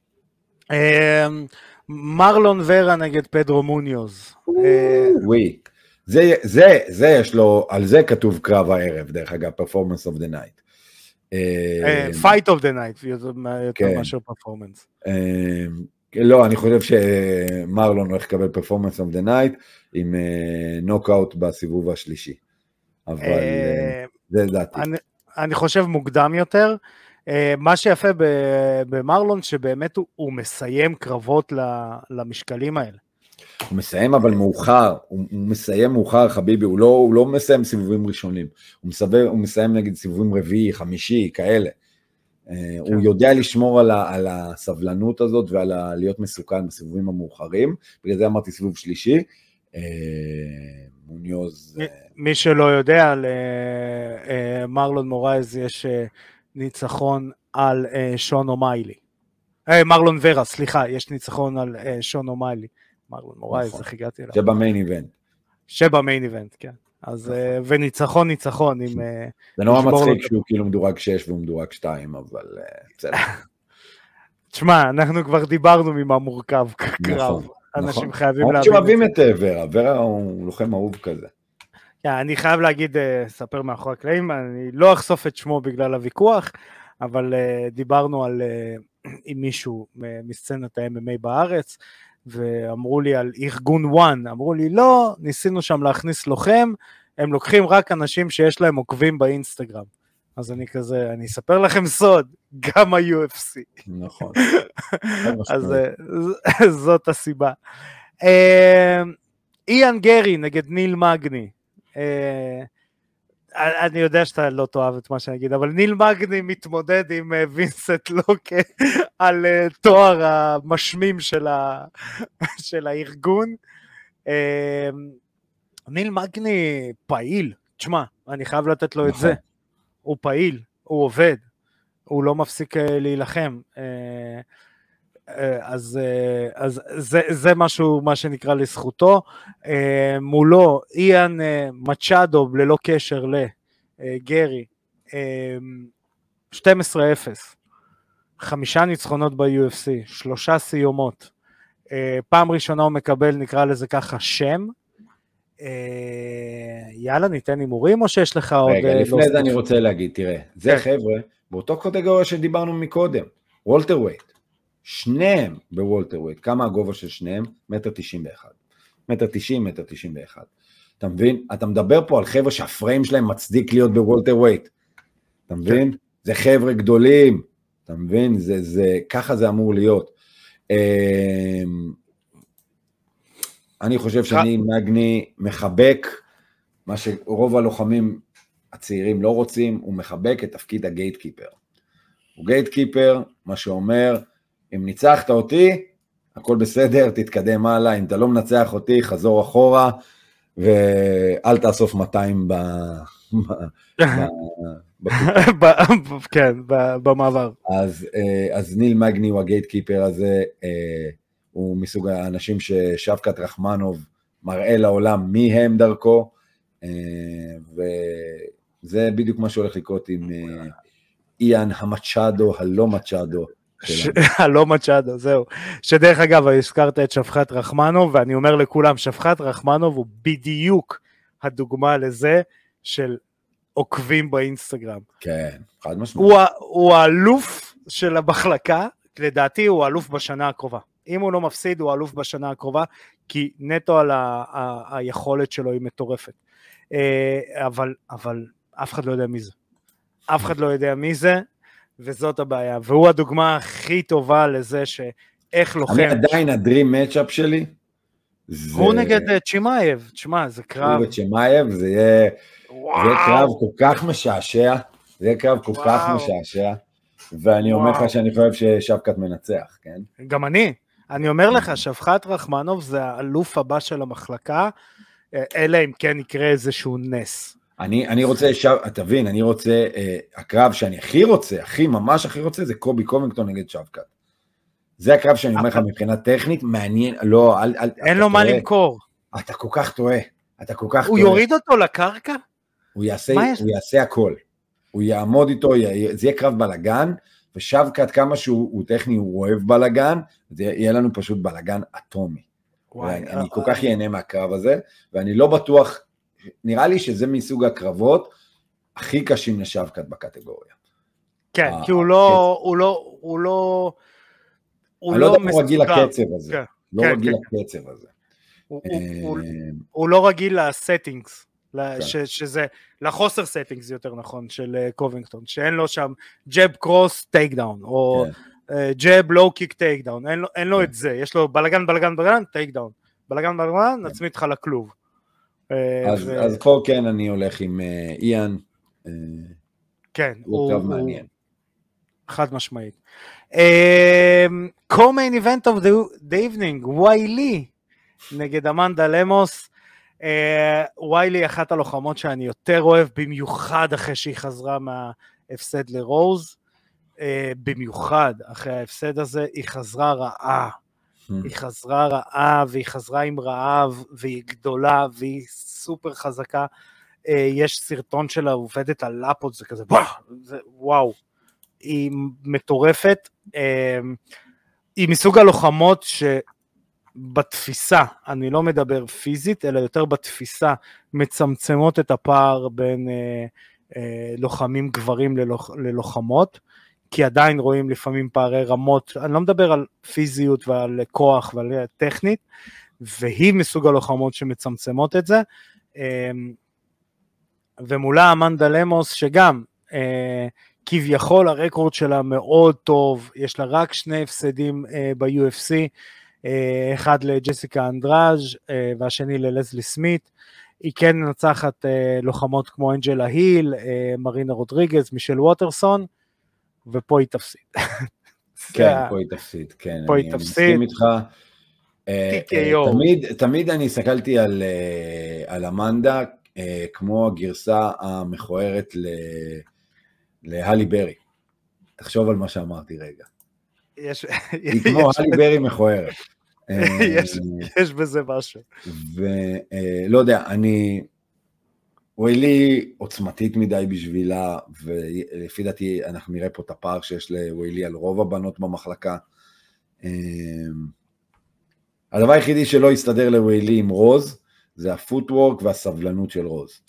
מרלון ורה נגד פדרו מוניוז. וואי, זה יש לו, על זה כתוב קרב הערב, דרך אגב, Performance of the Night. Fight of the Night, יותר מאשר Performance. לא, אני חושב שמרלון הולך לקבל Performance of the Night, עם נוקאוט בסיבוב השלישי. אבל זה דעתי. אני חושב מוקדם יותר, מה שיפה במרלון, שבאמת הוא מסיים קרבות למשקלים האלה. הוא מסיים אבל מאוחר, הוא מסיים מאוחר חביבי, הוא לא מסיים סיבובים ראשונים, הוא מסיים נגיד סיבובים רביעי, חמישי, כאלה. הוא יודע לשמור על הסבלנות הזאת, ועל להיות מסוכן בסיבובים המאוחרים, בגלל זה אמרתי סיבוב שלישי, מוניוז... מי שלא יודע, למרלון מורייז יש ניצחון על שון אומיילי. מרלון ורה, סליחה, יש ניצחון על שון אומיילי. מרלון מורייז, איך הגעתי אליו. שבמיין איבנט, כן. אז, וניצחון עם... זה נורא מצחיק שהוא כאילו מדורג 6 והוא מדורג 2, אבל בסדר. תשמע, אנחנו כבר דיברנו ממה מורכב כקרב. אנשים חייבים להבין. שאוהבים את ורה, ורה הוא לוחם אהוב כזה. אני חייב להגיד, ספר מאחורי הקלעים, אני לא אחשוף את שמו בגלל הוויכוח, אבל דיברנו עם מישהו מסצנת ה-MMA בארץ, ואמרו לי על ארגון וואן, אמרו לי לא, ניסינו שם להכניס לוחם, הם לוקחים רק אנשים שיש להם עוקבים באינסטגרם, אז אני כזה, אני אספר לכם סוד, גם ה-UFC. נכון. אז זאת הסיבה. איאן גרי נגד ניל מגני, אני יודע שאתה לא תאהב את מה שאני אגיד, אבל ניל מגני מתמודד עם וינסנט לוקה על תואר המשמים של הארגון. ניל מגני פעיל, תשמע, אני חייב לתת לו את זה, הוא פעיל, הוא עובד, הוא לא מפסיק להילחם, אז זה משהו, מה שנקרא לזכותו. מולו איאן מצ'אדו ללא קשר לגרי, 12-0, 5 ניצחונות ב-UFC, 3 סיומות, פעם ראשונה הוא מקבל, נקרא לזה ככה, שם. יאללה, ניתן הימורים או שיש לך עוד... רגע, לפני זה אני רוצה להגיד, תראה, זה חבר'ה, באותו קטגוריה שדיברנו מקודם, וולטר ווייט, שניהם בוולטר ווייט, כמה הגובה של שניהם? 1.91 מטר. 1.91. אתה מבין? אתה מדבר פה על חבר'ה שהפריים שלהם מצדיק להיות בוולטר ווייט. אתה מבין? זה חבר'ה גדולים. אתה מבין? ככה זה אמור להיות. אני חושב שאני מגני מחבק, מה שרוב הלוחמים הצעירים לא רוצים, הוא מחבק את תפקיד הגייט קיפר. הוא גייט קיפר, מה שאומר, אם ניצחת אותי, הכל בסדר, תתקדם הלאה, אם אתה לא מנצח אותי, חזור אחורה, ואל תאסוף 200 כן, במעבר. אז ניל מגני הוא הגייט קיפר הזה, הוא מסוג האנשים ששבקת רחמנוב מראה לעולם מי הם דרכו, וזה בדיוק מה שהולך לקרות עם איאן המצ'אדו, הלא מצ'אדו. הלא מצ'אדו, זהו. שדרך אגב, הזכרת את שבחת רחמנוב, ואני אומר לכולם, שבחת רחמנוב הוא בדיוק הדוגמה לזה של עוקבים באינסטגרם. כן, חד משמעית. הוא האלוף של המחלקה, לדעתי הוא האלוף בשנה הקרובה. אם הוא לא מפסיד, הוא האלוף בשנה הקרובה, כי נטו על היכולת שלו היא מטורפת. אבל אף אחד לא יודע מי זה. אף אחד לא יודע מי זה, וזאת הבעיה. והוא הדוגמה הכי טובה לזה שאיך לוחם... אני עדיין הדרים מאצ'אפ שלי. הוא נגד צ'ימאייב. תשמע, זה קרב. הוא וצ'ימאייב, זה יהיה קרב כל כך משעשע. זה יהיה קרב כל כך משעשע. ואני אומר לך שאני חושב ששבקת מנצח, כן? גם אני אומר לך, שבחת רחמנוב זה האלוף הבא של המחלקה, אלא אם כן יקרה איזשהו נס. אני רוצה, תבין, אני רוצה, הקרב שאני ממש הכי רוצה, זה קובי קובינגטון נגד שבקת. זה הקרב שאני אומר לך מבחינה טכנית, מעניין, לא, אין לו מה למכור. אתה כל כך טועה, הוא יוריד אותו לקרקע? הוא יעשה הכל. הוא יעמוד איתו, זה יהיה קרב בלגן, ושבקת כמה שהוא טכני, הוא אוהב בלגן, זה יהיה לנו פשוט בלגן אטומי. אני כל כך ייהנה מהקרב הזה, ואני לא בטוח, נראה לי שזה מסוג הקרבות הכי קשים לשבקת בקטגוריה. כן, כי הוא לא אני לא יודע אם הוא רגיל לקצב הזה. לא רגיל לקצב הזה. הוא לא רגיל לסטינגס. שזה לחוסר סטינגס יותר נכון של קובינגטון, שאין לו שם ג'אב קרוס טייק דאון, או ג'אב לואו קיק טייק דאון, אין לו את זה, יש לו בלגן טייק דאון, בלגן נצמיד לך לכלוב. אז פה כן אני הולך עם איאן, כן, הוא קרב מעניין. חד משמעית. Co-main event of the evening, ויילי נגד אמנדה למוס. ויילי אחת הלוחמות שאני יותר אוהב, במיוחד אחרי שהיא חזרה מההפסד לרוז, במיוחד אחרי ההפסד הזה, היא חזרה רעה, והיא חזרה עם רעב, והיא גדולה, והיא סופר חזקה, יש סרטון שלה, עובדת על לפות, זה כזה, וואו, היא מטורפת, היא מסוג הלוחמות בתפיסה, אני לא מדבר פיזית, אלא יותר בתפיסה, מצמצמות את הפער בין לוחמים גברים ללוחמות, כי עדיין רואים לפעמים פערי רמות, אני לא מדבר על פיזיות ועל כוח ועל טכנית, והיא מסוג הלוחמות שמצמצמות את זה, ומולה אמנדה למוס, שגם כביכול הרקורד שלה מאוד טוב, יש לה רק 2 הפסדים ב-UFC, אחד לג'סיקה אנדראז' והשני ללזלי סמית, היא כן נצחת לוחמות כמו אנג'לה היל, מרינה רודריגז, מישל ווטרסון, ופה היא תפסיד. כן, פה היא תפסיד, כן, אני מסכים איתך. תמיד אני הסתכלתי על אמנדה, כמו הגרסה המכוערת להלי ברי. תחשוב על מה שאמרתי רגע. היא כמו הלי ברי מכוערת. יש בזה משהו. ולא יודע, ויילי עוצמתית מדי בשבילה, ולפי דעתי אנחנו נראה פה את הפער שיש לוויילי על רוב הבנות במחלקה. הדבר היחידי שלא יסתדר לוויילי עם רוז, זה הפוטוורק והסבלנות של רוז.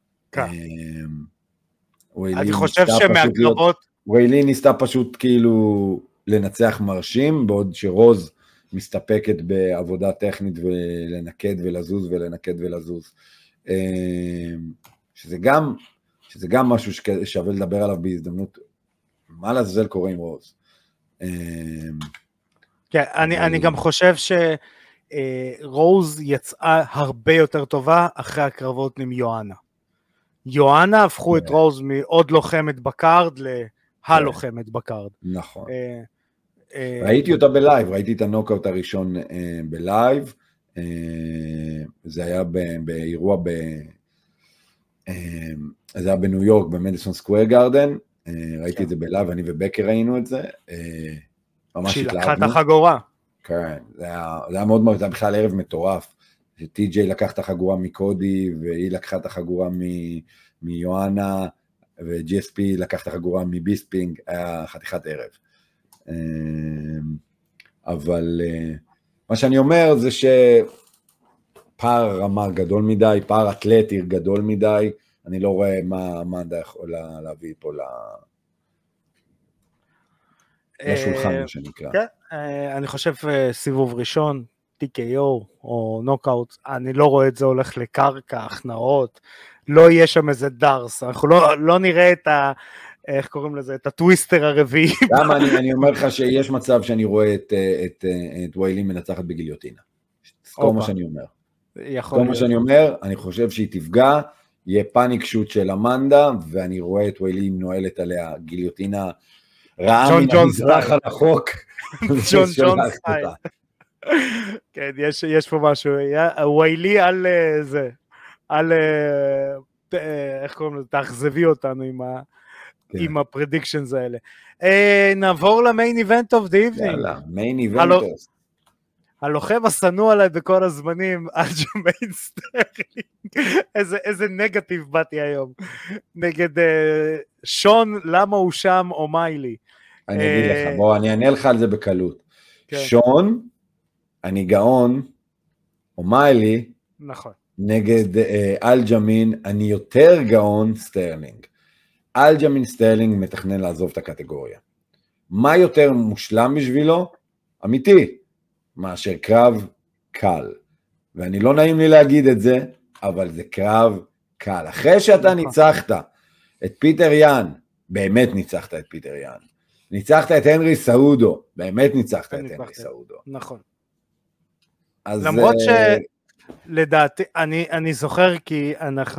אני חושב שמהקרבות... וויילי ניסתה פשוט כאילו לנצח מרשים, בעוד שרוז מסתפקת בעבודה טכנית ולנקד ולזוז ולנקד ולזוז. שזה גם משהו ששווה לדבר עליו בהזדמנות, מה לעזאזל קורה עם רוז. כן, אני גם חושב שרוז יצאה הרבה יותר טובה אחרי הקרבות עם יואנה. יואנה הפכו את רוז מעוד לוחמת בקארד להלוחמת בקארד. נכון. ראיתי אותה בלייב, ראיתי את הנוקאוט הראשון בלייב, זה היה באירוע זה היה בניו יורק, במדיסון סקוואר גארדן, ראיתי את זה בלייב, אני ובקר ראינו את זה, ממש התלהבנו. שהיא לקחה את החגורה. כן, זה היה מאוד מאוד, זה היה בכלל ערב מטורף, שטי.ג'יי לקח את החגורה מקודי, והיא לקחה את החגורה מיואנה, ו-GSP לקח את החגורה מביספינג, היה חתיכת ערב. אבל מה שאני אומר זה שפער רמה גדול מדי, פער אתלטי גדול מדי, אני לא רואה מה אתה יכול להביא פה לשולחן, מה שנקרא. כן, אני חושב סיבוב ראשון, TKO או נוקאוט, אני לא רואה את זה הולך לקרקע, הכנעות, לא יהיה שם איזה דרס, אנחנו לא נראה את איך קוראים לזה, את הטוויסטר הרביעי. למה אני אומר לך שיש מצב שאני רואה את ויילי מנצחת בגיליוטינה. כל מה שאני אומר. כל מה שאני אומר, אני חושב שהיא תפגע, יהיה פאניק שוט של אמנדה, ואני רואה את ויילי נועלת עליה גיליוטינה ראה מן המזרח הרחוק, ג'ון סטייל. כן, יש פה משהו, וויילי על זה, על, איך קוראים לזה, תאכזבי אותנו עם הפרדיקשנס האלה. נעבור למיין איבנט אוף דה איבנינג. יאללה, מיין איבנט. הלוחם השנוא עליי בכל הזמנים, אljamain סטרלינג, איזה נגטיב באתי היום, נגד שון, למה הוא שם, או מיילי. אני אגיד לך, בוא, אני אענה לך על זה בקלות. שון, אני גאון, או מיילי, נכון. נגד אljamain, אני יותר גאון סטרלינג. אljamain סטרלינג מתכנן לעזוב את הקטגוריה. מה יותר מושלם בשבילו? אמיתי. מאשר קרב קל. ואני לא נעים לי להגיד את זה, אבל זה קרב קל. אחרי שאתה ניצחת את פיטר יאן, באמת ניצחת את פיטר יאן. ניצחת את הנרי סעודו, באמת ניצחת את הנרי סעודו. נכון. למרות שלדעתי, אני זוכר כי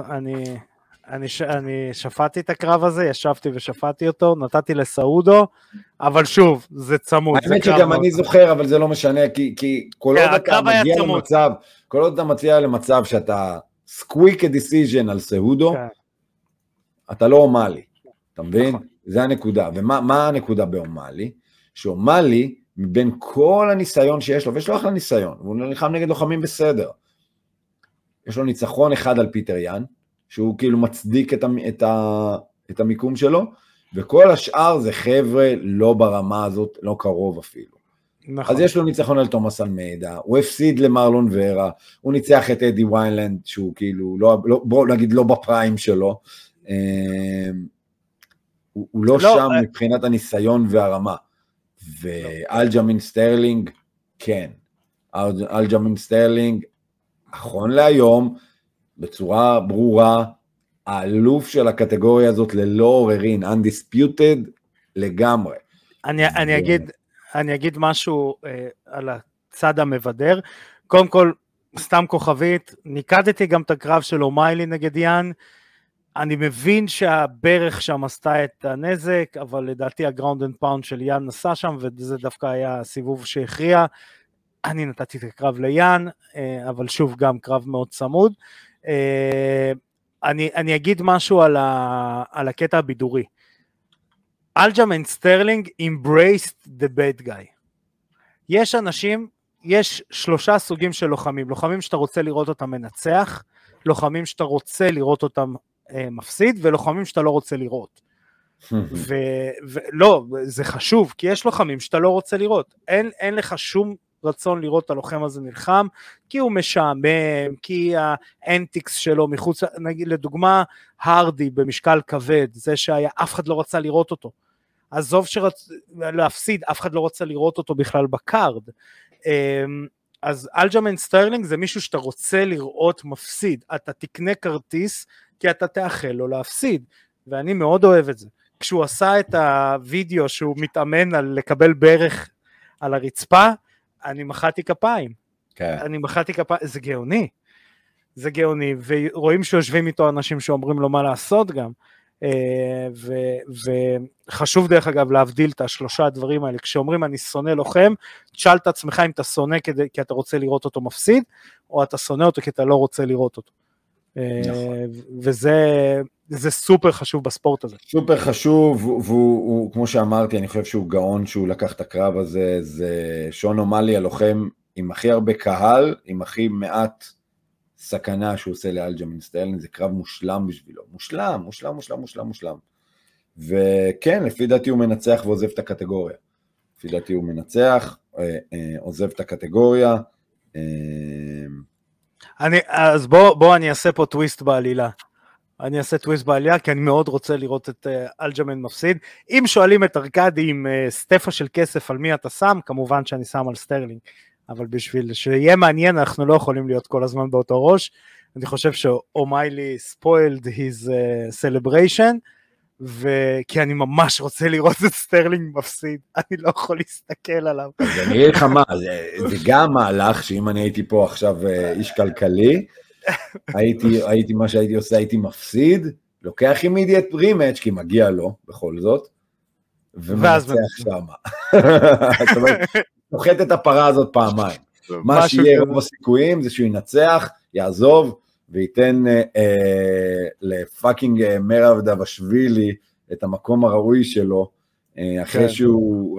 אני שפעתי את הקרב הזה, ישבתי ושפעתי אותו, נתתי לסעודו, אבל שוב, זה צמוד. האמת שגם אני זוכר, אבל זה לא משנה, כי כל עוד אתה מגיע למצב, כל עוד אתה מציע למצב שאתה סקוויק דיסיז'ן על סעודו, אתה לא אומלי, אתה מבין? זה הנקודה. ומה הנקודה באומלי? שאומלי, מבין כל הניסיון שיש לו, ויש לו אחלה ניסיון, והוא נלחם נגד לוחמים בסדר. יש לו ניצחון אחד על פיטר יאן, שהוא כאילו מצדיק את המיקום שלו, וכל השאר זה חבר'ה לא ברמה הזאת, לא קרוב אפילו. נכון. אז יש לו ניצחון על תומאס אלמיידה, הוא הפסיד למרלון ורה, הוא ניצח את אדי ויינלנד, שהוא כאילו, בוא נגיד לא בפריים שלו, הוא לא שם מבחינת הניסיון והרמה, ואljamain סטרלינג, כן, אljamain סטרלינג, אחרון להיום, בצורה ברורה, האלוף של הקטגוריה הזאת ללא עוררין, undisputed לגמרי. אני אגיד משהו על הצד המבדר, קודם כל, סתם כוכבית, ניקדתי גם את הקרב של אומיילי נגד יאן, אני מבין שהברך שם עשתה את הנזק, אבל לדעתי הגראונד אנד פאונד של יאן נסע שם, וזה דווקא היה סיבוב שהכריע, אני נתתי את הקרב ליאן, אבל שוב גם קרב מאוד צמוד, אני אגיד משהו על הקטע הבידורי, אljamain סטרלינג embraced the bad guy, יש אנשים, יש 3 סוגים של לוחמים, לוחמים שאתה רוצה לראות אותם מנצח, לוחמים שאתה רוצה לראות אותם מפסיד, ולוחמים שאתה לא רוצה לראות, ולא, זה חשוב, כי יש לוחמים שאתה לא רוצה לראות, אין לך שום רצון לראות את הלוחם הזה נלחם, כי הוא משעמם, כי האנטיקס שלו מחוץ, נגיד לדוגמה, הרדי במשקל כבד, זה שהיה, אף אחד לא רצה לראות אותו, עזוב להפסיד, אף אחד לא רצה לראות אותו בכלל בקארד, אז אljamain סטרלינג זה מישהו שאתה רוצה לראות מפסיד, אתה תקנה כרטיס, כי אתה תאחל לו להפסיד, ואני מאוד אוהב את זה, כשהוא עשה את הוידאו שהוא מתאמן על לקבל ברך על הרצפה, אני מחאתי כפיים, זה גאוני, זה גאוני, ורואים שיושבים איתו אנשים שאומרים לו מה לעשות גם, וחשוב דרך אגב להבדיל את 3 הדברים האלה, כשאומרים אני שונא לוחם, תשאל את עצמך אם אתה שונא כי אתה רוצה לראות אותו מפסיד, או אתה שונא אותו כי אתה לא רוצה לראות אותו, וזה סופר חשוב בספורט הזה. סופר חשוב, והוא כמו שאמרתי, אני חושב שהוא גאון שהוא לקח את הקרב הזה, זה שון אומלי הלוחם עם הכי הרבה קהל, עם הכי מעט סכנה שהוא עושה לאljamain סטרלינג, זה קרב מושלם בשבילו, מושלם, וכן, לפי דעתי הוא מנצח ועוזב את הקטגוריה, לפי דעתי הוא מנצח, עוזב את הקטגוריה, אז בוא אני אעשה פה טוויסט בעלילה, כי אני מאוד רוצה לראות את אljamain מפסיד, אם שואלים את ארקדי עם סטפה של כסף על מי אתה שם, כמובן שאני שם על סטרלינג, אבל בשביל שיהיה מעניין, אנחנו לא יכולים להיות כל הזמן באותו ראש, אני חושב שאומיילי spoiled his celebration, כי אני ממש רוצה לראות את סטרלינג מפסיד, אני לא יכול להסתכל עליו. אז אני אגיד לך מה, זה גם מהלך, שאם אני הייתי פה עכשיו איש כלכלי, מה שהייתי עושה, הייתי מפסיד, לוקח אימידיאט רימץ', כי מגיע לו, בכל זאת, ומנצח שמה. זאת אומרת, נוחת את הפרה הזאת פעמיים. מה שיהיה רוב הסיכויים זה שהוא ינצח, יעזוב, וייתן לפאקינג מרב דבשווילי את המקום הראוי שלו, אחרי שהוא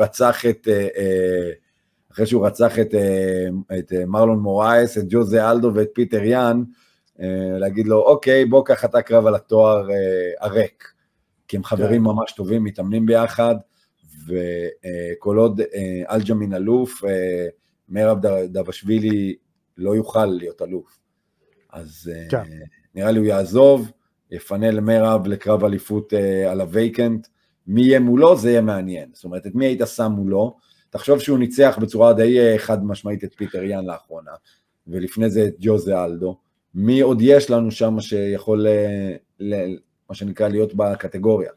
רצח את מרלון מורייס, את ג'וזה אלדו ואת פיטר יאן, להגיד לו, אוקיי, בוא קח אתה קרב על התואר הריק, כי הם חברים ממש טובים, מתאמנים ביחד, וכל עוד אלג'מין אלוף, מרב דבשווילי לא יוכל להיות אלוף. אז נראה לי הוא יעזוב, יפנה למרב לקרב אליפות על הווייקנט, מי יהיה מולו זה יהיה מעניין, זאת אומרת, את מי היית שם מולו, תחשוב שהוא ניצח בצורה די חד משמעית את פיטר יאן לאחרונה, ולפני זה את ג'וזה אלדו, מי עוד יש לנו שם שיכול, מה שנקרא, להיות בקטגוריה?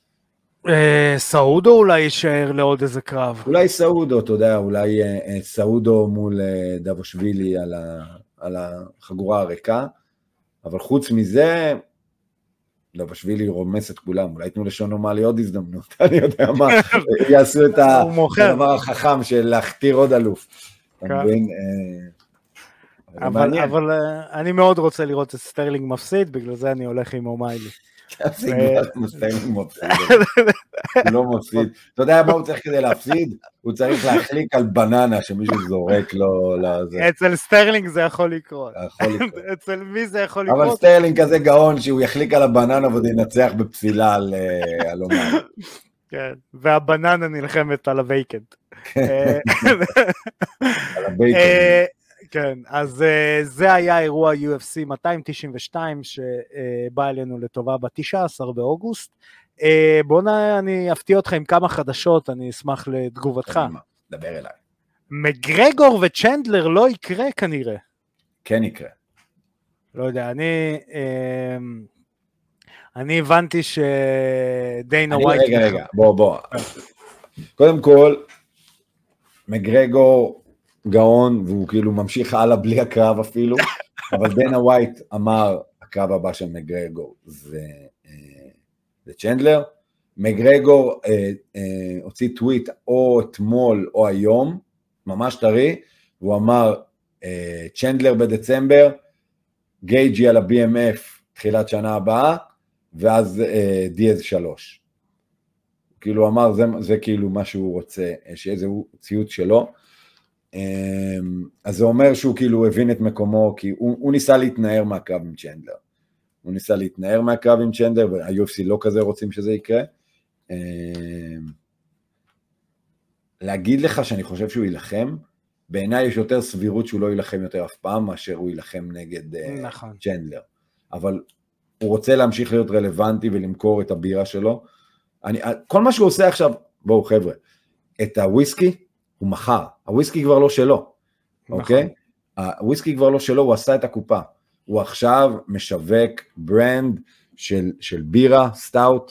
סעודו אולי יישאר לעוד איזה קרב. אולי סעודו, אתה יודע, אולי סעודו מול דבשווילי על החגורה הריקה, אבל חוץ מזה, דבשווילי רומס את כולם, אולי תנו לשון אומאלי עוד הזדמנות, אני יודע מה, יעשו את הדבר החכם של להכתיר עוד אלוף. אבל אני מאוד רוצה לראות את סטרלינג מפסיד, בגלל זה אני הולך עם אומאלי. לא מפסיד. אתה יודע מה הוא צריך כדי להפסיד? הוא צריך להחליק על בננה שמישהו זורק לו. אצל סטרלינג זה יכול לקרות. אצל מי זה יכול לקרות? אבל סטרלינג כזה גאון שהוא יחליק על הבננה ועוד ינצח בפסילה על אומאלי. כן, והבננה נלחמת על הווייקנט. על הווייקנט. כן, אז זה היה אירוע UFC 292 שבא אלינו לטובה ב-19 באוגוסט. בואו אני אפתיע אותך עם כמה חדשות, אני אשמח לתגובתך. דבר אליי. מגרגור וצ'נדלר לא יקרה כנראה. כן יקרה. לא יודע, אני הבנתי שדיינה ווייט... רגע, בוא. קודם כל, מגרגור... גאון, והוא כאילו ממשיך הלאה בלי הקרב אפילו, אבל דיינה ווייט אמר, הקרב הבא של מגרגור זה צ'נדלר, מגרגור הוציא טוויט או אתמול או היום, ממש טרי, והוא אמר, צ'נדלר בדצמבר, גייג'י על ה-BMF תחילת שנה הבאה, ואז דיאז 3. כאילו אמר, זה כאילו מה שהוא רוצה, שאיזה ציוט שלו, אז זה אומר שהוא כאילו הבין את מקומו, כי הוא ניסה להתנער מהקרב עם צ'נדלר. הוא ניסה להתנער מהקרב עם צ'נדלר, וה-UFC לא כזה רוצים שזה יקרה. להגיד לך שאני חושב שהוא ילחם, בעיניי יש יותר סבירות שהוא לא ילחם יותר אף פעם, מאשר הוא ילחם נגד צ'נדלר. אבל הוא רוצה להמשיך להיות רלוונטי ולמכור את הבירה שלו. כל מה שהוא עושה עכשיו, בואו חבר'ה, את הוויסקי, הוא מחר, הוויסקי כבר לא שלו, אוקיי? הוויסקי כבר לא שלו, הוא עשה את הקופה, הוא עכשיו משווק ברנד של בירה, סטאוט,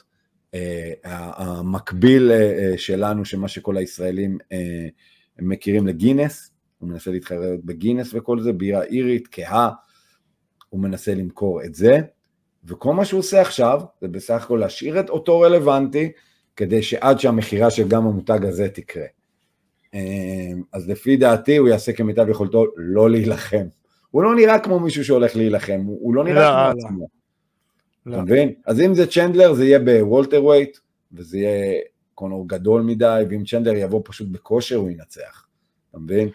המקביל שלנו, שמה שכל הישראלים מכירים לגינס, הוא מנסה להתחרט בגינס וכל זה, בירה אירית, כהה, הוא מנסה למכור את זה, וכל מה שהוא עושה עכשיו, זה בסך הכל להשאיר את אותו רלוונטי, כדי שעד שהמחירה של גם המותג הזה תקרה. אז לפי דעתי הוא יעשה כמיטב יכולתו לא להילחם. הוא לא נראה כמו מישהו שהולך להילחם, הוא לא נראה כמו עצמו. אתה מבין? אז אם זה צ'נדלר זה יהיה בוולטר ווייט, וזה יהיה קונור גדול מדי, ואם צ'נדלר יבוא פשוט בכושר הוא ינצח. אתה מבין?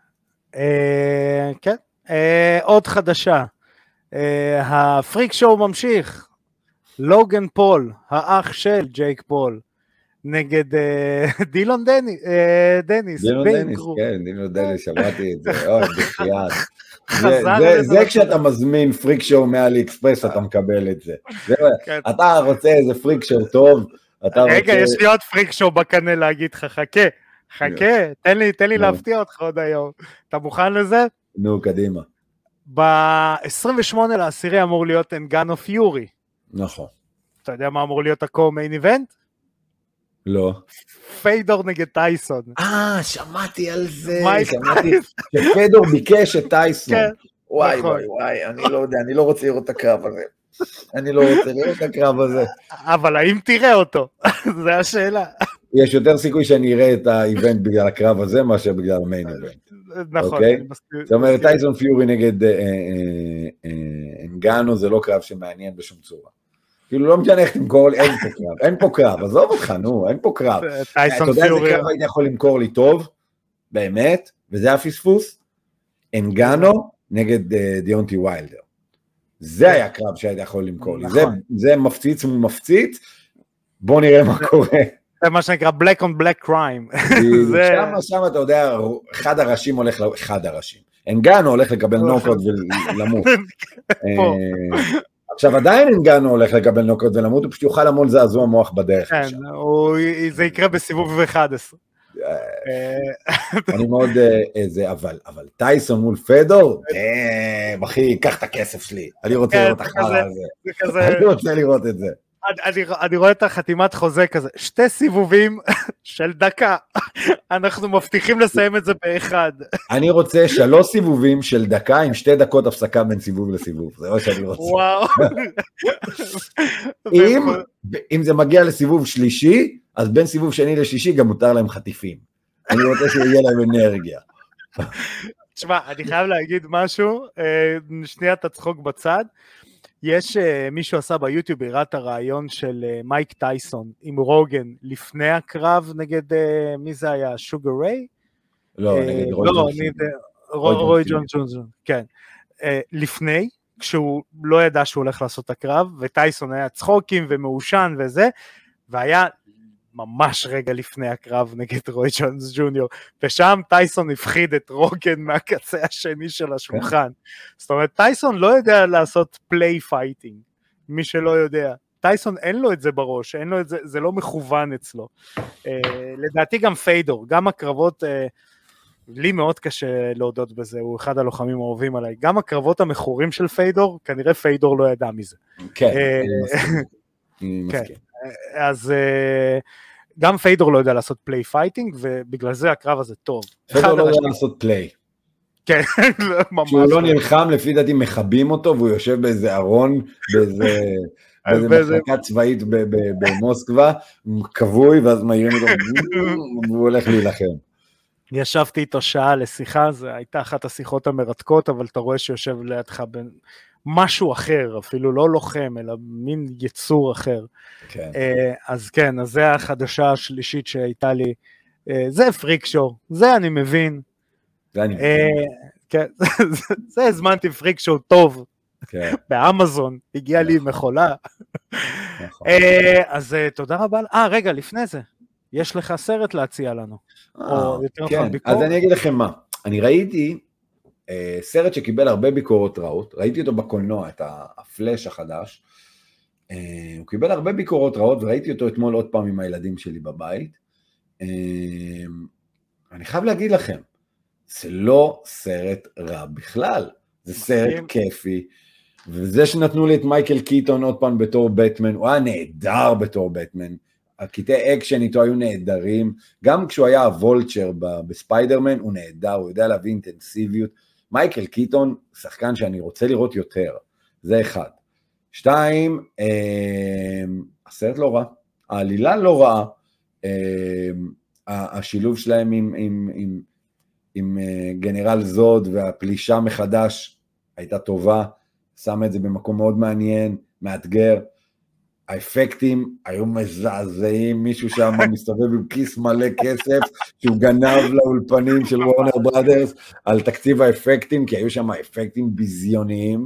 כן. עוד חדשה. הפריק שואו ממשיך. לוגן פול, האח של ג'ייק פול. נגד דילון דניס. דילון דניס, כן, דילון דניס, שמעתי את זה, בחייאת. זה כשאתה מזמין פריק שואו מאלי אקספרס, אתה מקבל את זה. אתה רוצה איזה פריק שואו טוב, רגע, יש לי עוד פריק שואו בקנה להגיד לך, חכה, תן לי להפתיע אותך עוד היום. אתה מוכן לזה? נו, קדימה. ב-28 לעשירי אמור להיות אנגאנו פיורי. נכון. אתה יודע מה אמור להיות הקו-מיין איבנט? לא. פיידור נגד טייסון. שמעתי על זה. שמעתי שפיידור ביקש את טייסון. וואי, אני לא יודע, אני לא רוצה לראות את הקרב הזה. אבל האם תראה אותו? זה השאלה. יש יותר סיכוי שאני אראה את האיבנט בגלל הקרב הזה, מאשר בגלל המיין איבנט. נכון. זאת אומרת, טייסון פיורי נגד אנגאנו, זה לא קרב שמעניין בשום צורה. כאילו לא משנה איך תמכור, אין פה קרב, עזוב אותך, נו, אין פה קרב. אתה יודע איזה קרב היית יכול למכור לי טוב, באמת, וזה הפספוס, אנגאנו נגד דיונטי ויילדר. זה היה קרב שהיית יכול למכור לי, זה מפציץ מול מפציץ, בוא נראה מה קורה. זה מה שנקרא black on black crime. שם אתה יודע, אחד הראשים, אנגאנו הולך לקבל נוקאוט ולמות. עכשיו עדיין אנגאנו הולך לקבל נוקאוט ולמות, הוא פשוט יוכל המון זעזוע מוח בדרך. כן, זה יקרה בסיבוב 11. אני מאוד אבל טייסון מול פדור, אחי, קח את הכסף שלי, אני רוצה לראות את החרא הזה, אני רוצה לראות את זה. אני רואה את החתימת חוזה כזה, 2 סיבובים של דקה, אנחנו מבטיחים לסיים את זה באחד. אני רוצה 3 סיבובים של דקה עם 2 דקות הפסקה בין סיבוב לסיבוב, זה מה שאני רוצה. וואו. אם זה מגיע לסיבוב שלישי, אז בין סיבוב שני לשלישי גם מותר להם חטיפים. אני רוצה שיהיה להם אנרגיה. תשמע, אני חייב להגיד משהו, שנייה תצחוק בצד, יש מישהו עשה ביוטיוב, הראה את הרעיון של מייק טייסון עם רוגן לפני הקרב נגד, מי זה היה? שוגר ריי? לא, נגד רוי ג'ונסון, כן. לפני, כשהוא לא ידע שהוא הולך לעשות את הקרב, וטייסון היה צחוקים ומאושן וזה, והיה ממש רגע לפני הקרב נגד רוי ג'ונס ג'וניור, ושם טייסון הפחיד את רוגן מהקצה השני של השולחן. זאת אומרת, טייסון לא יודע לעשות פליי פייטינג, מי שלא יודע. טייסון אין לו את זה בראש, אין לו את זה, זה לא מכוון אצלו. לדעתי גם פיידור, גם הקרבות, לי מאוד קשה להודות בזה, הוא אחד הלוחמים האהובים עליי, גם הקרבות המכורים של פיידור, כנראה פיידור לא ידע מזה. כן, אני מסכים. אז גם פיידור לא יודע לעשות פליי פייטינג, ובגלל זה הקרב הזה טוב. פיידור לא יודע לעשות פליי. כן, ממש. כשהוא לא נלחם, לפי דעתי מחבים אותו, והוא יושב באיזה ארון, באיזה מחלקה צבאית במוסקבה, כבוי, ואז מהירים אותו, והוא הולך להילחם. ישבתי איתו שעה לשיחה, זו הייתה אחת השיחות המרתקות, אבל אתה רואה שיושב לידך משהו אחר, אפילו לא לוחם, אלא מין יצור אחר. כן. אז כן, אז זה החדשה השלישית שהייתה לי, זה פריק שואו, זה אני מבין. זה אני מבין. כן, זה הזמנתי פריק שואו טוב, כן. באמזון, הגיע לי מחולה. אז תודה רבה. רגע, לפני זה, יש לך סרט להציע לנו. כן, אז אני אגיד לכם מה, אני ראיתי, סרט שקיבל הרבה ביקורות רעות, ראיתי אותו בקולנוע, את הפלאש החדש, הוא קיבל הרבה ביקורות רעות, וראיתי אותו אתמול עוד פעם עם הילדים שלי בבית, אני חייב להגיד לכם, זה לא סרט רע בכלל, זה סרט כיפי, וזה שנתנו לי את מייקל קיטון עוד פעם בתור בטמן, הוא היה נהדר בתור בטמן, הקטעי אקשן איתו היו נהדרים, גם כשהוא היה הוולצ'ר בספיידרמן, הוא נהדר, הוא יודע להביא אינטנסיביות, מייקל קיטון, שחקן שאני רוצה לראות יותר, זה אחד. 2, הסרט לא רע, העלילה לא רעה, השילוב שלהם עם גנרל זוד והפלישה מחדש הייתה טובה, שם את זה במקום מאוד מעניין, מאתגר, האפקטים היו מזעזעים, מישהו שם מסתובב עם כיס מלא כסף, שהוא גנב לאולפנים של וורנר בראדרס, על תקציב האפקטים, כי היו שם אפקטים ביזיוניים,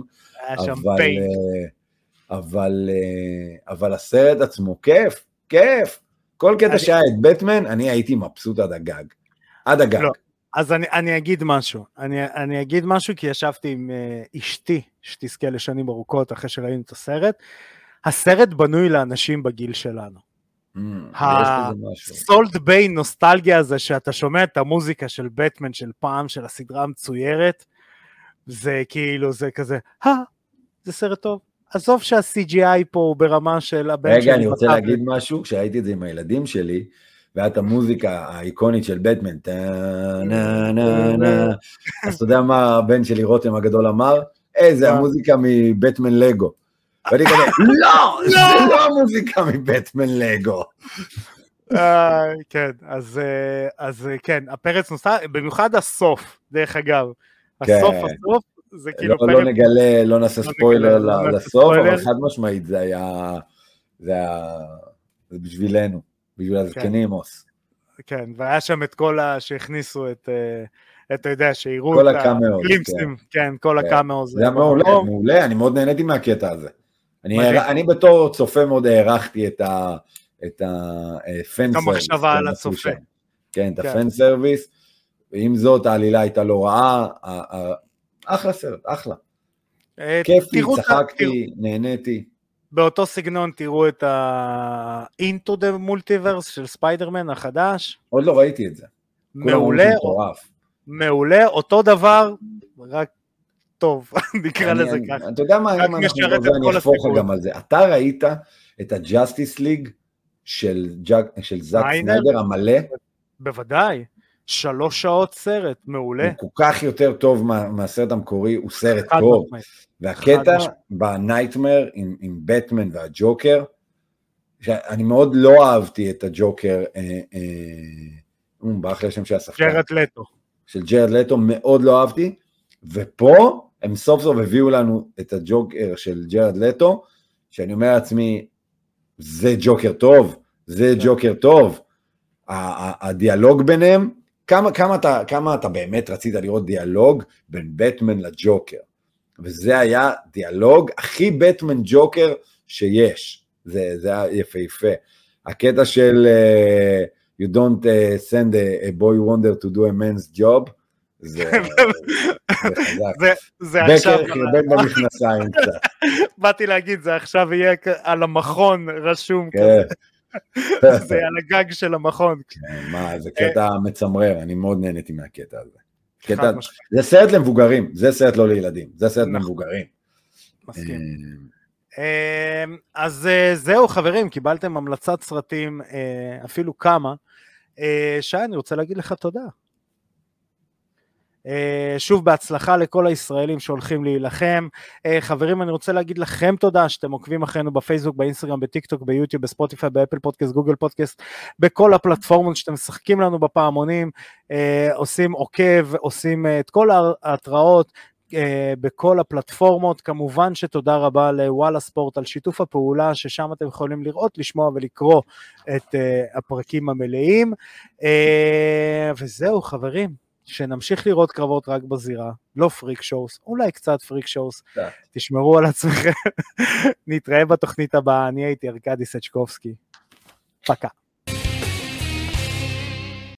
אבל הסרט עצמו כיף, כיף, כל קטע שהיה את בטמן, אני הייתי מבסוט עד הגג, עד הגג. לא, אז אני אגיד משהו, אני אגיד משהו, כי ישבתי עם אשתי, שתזכה לשנים ארוכות אחרי שראינו את הסרט, הסרט בנוי לאנשים בגיל שלנו. הסולט ביי נוסטלגיה הזה, שאתה שומע את המוזיקה של בטמן של פעם, של הסדרה המצוירת, זה כאילו, זה כזה, זה סרט טוב. עזוב שה-CGI פה הוא ברמה של הבן שלי. רגע, אני רוצה להגיד משהו, כשראיתי את זה עם הילדים שלי, ואת המוזיקה האיקונית של בטמן, אז אתה יודע מה הבן שלי רותם הגדול אמר? זה המוזיקה מבטמן לגו. ואני כזה, לא, זה לא המוזיקה מבטמן לגו. כן, אז כן, הפרץ נוסף, במיוחד הסוף, דרך אגב, הסוף, זה כאילו פרץ... לא נגלה, לא נעשה ספוילר לסוף, אבל חד משמעית זה היה בשבילנו, בשביל הזקנים עוס. כן, והיה שם את כל שהכניסו אתה יודע, שיראו את הקליפסים, כן, כל הקאמאו. זה היה מעולה, אני מאוד נהניתי מהקטע הזה. אני בתור צופה מאוד הערכתי את הפן סרוויס. המחשבה על הצופה. כן, את הפן סרוויס, ועם זאת העלילה הייתה לא רעה, אחלה סרט, אחלה. כיפי, צחקתי, נהניתי. באותו סגנון תראו את Into the Multiverse של ספיידרמן החדש. עוד לא ראיתי את זה. מעולה, אותו דבר, רק טוב, נקרא לזה ככה. אתה יודע מה, אם אנחנו אני אחפוך גם על זה. אתה ראית את ה-Justice League של זאק סניידר המלא? בוודאי, 3 שעות סרט, מעולה. הוא כל כך יותר טוב מהסרט המקורי, הוא סרט טוב. והקטע בנייטמר עם בטמן והג'וקר, שאני מאוד לא אהבתי את הג'וקר, ברח לי השם של השחקן. ג'רד לטו. של ג'רד לטו, מאוד לא אהבתי, ופה הם סוף סוף הביאו לנו את הג'וקר של ג'רד לטו, שאני אומר לעצמי, זה ג'וקר טוב, זה ג'וקר טוב, הדיאלוג ביניהם, כמה אתה באמת רצית לראות דיאלוג בין בטמן לג'וקר, וזה היה דיאלוג הכי בטמן ג'וקר שיש, זה היה יפה. הקטע של you don't send a boy wonder to do a man's job, זה חזק. בקר חרבן במכנסיים קצת. באתי להגיד, זה עכשיו יהיה על המכון רשום כזה. זה על הגג של המכון. מה, זה קטע מצמרר, אני מאוד נהניתי מהקטע הזה. זה סרט למבוגרים, זה סרט לא לילדים, זה סרט למבוגרים. מסכים. אז זהו חברים, קיבלתם המלצת סרטים, אפילו כמה. שי, אני רוצה להגיד לך תודה. שוב בהצלחה לכל הישראלים שהולכים להילחם. חברים, אני רוצה להגיד לכם תודה שאתם עוקבים אחרינו בפייסבוק, באינסטגרם, בטיקטוק, ביוטיוב, בספוטיפיי, באפל פודקאסט, גוגל פודקאסט, בכל הפלטפורמות שאתם משחקים לנו בפעמונים, עושים עוקב, עושים את כל ההתראות בכל הפלטפורמות. כמובן שתודה רבה לוואלה ספורט על שיתוף הפעולה, ששם אתם יכולים לראות, לשמוע ולקרוא את הפרקים המלאים. וזהו חברים, שנמשיך לראות קרבות רק בזירה, לא פריק שואוס, אולי קצת פריק שואוס, תשמרו על עצמכם, נתראה בתוכנית הבאה, אני הייתי ארקדי סצ'קובסקי, פקה.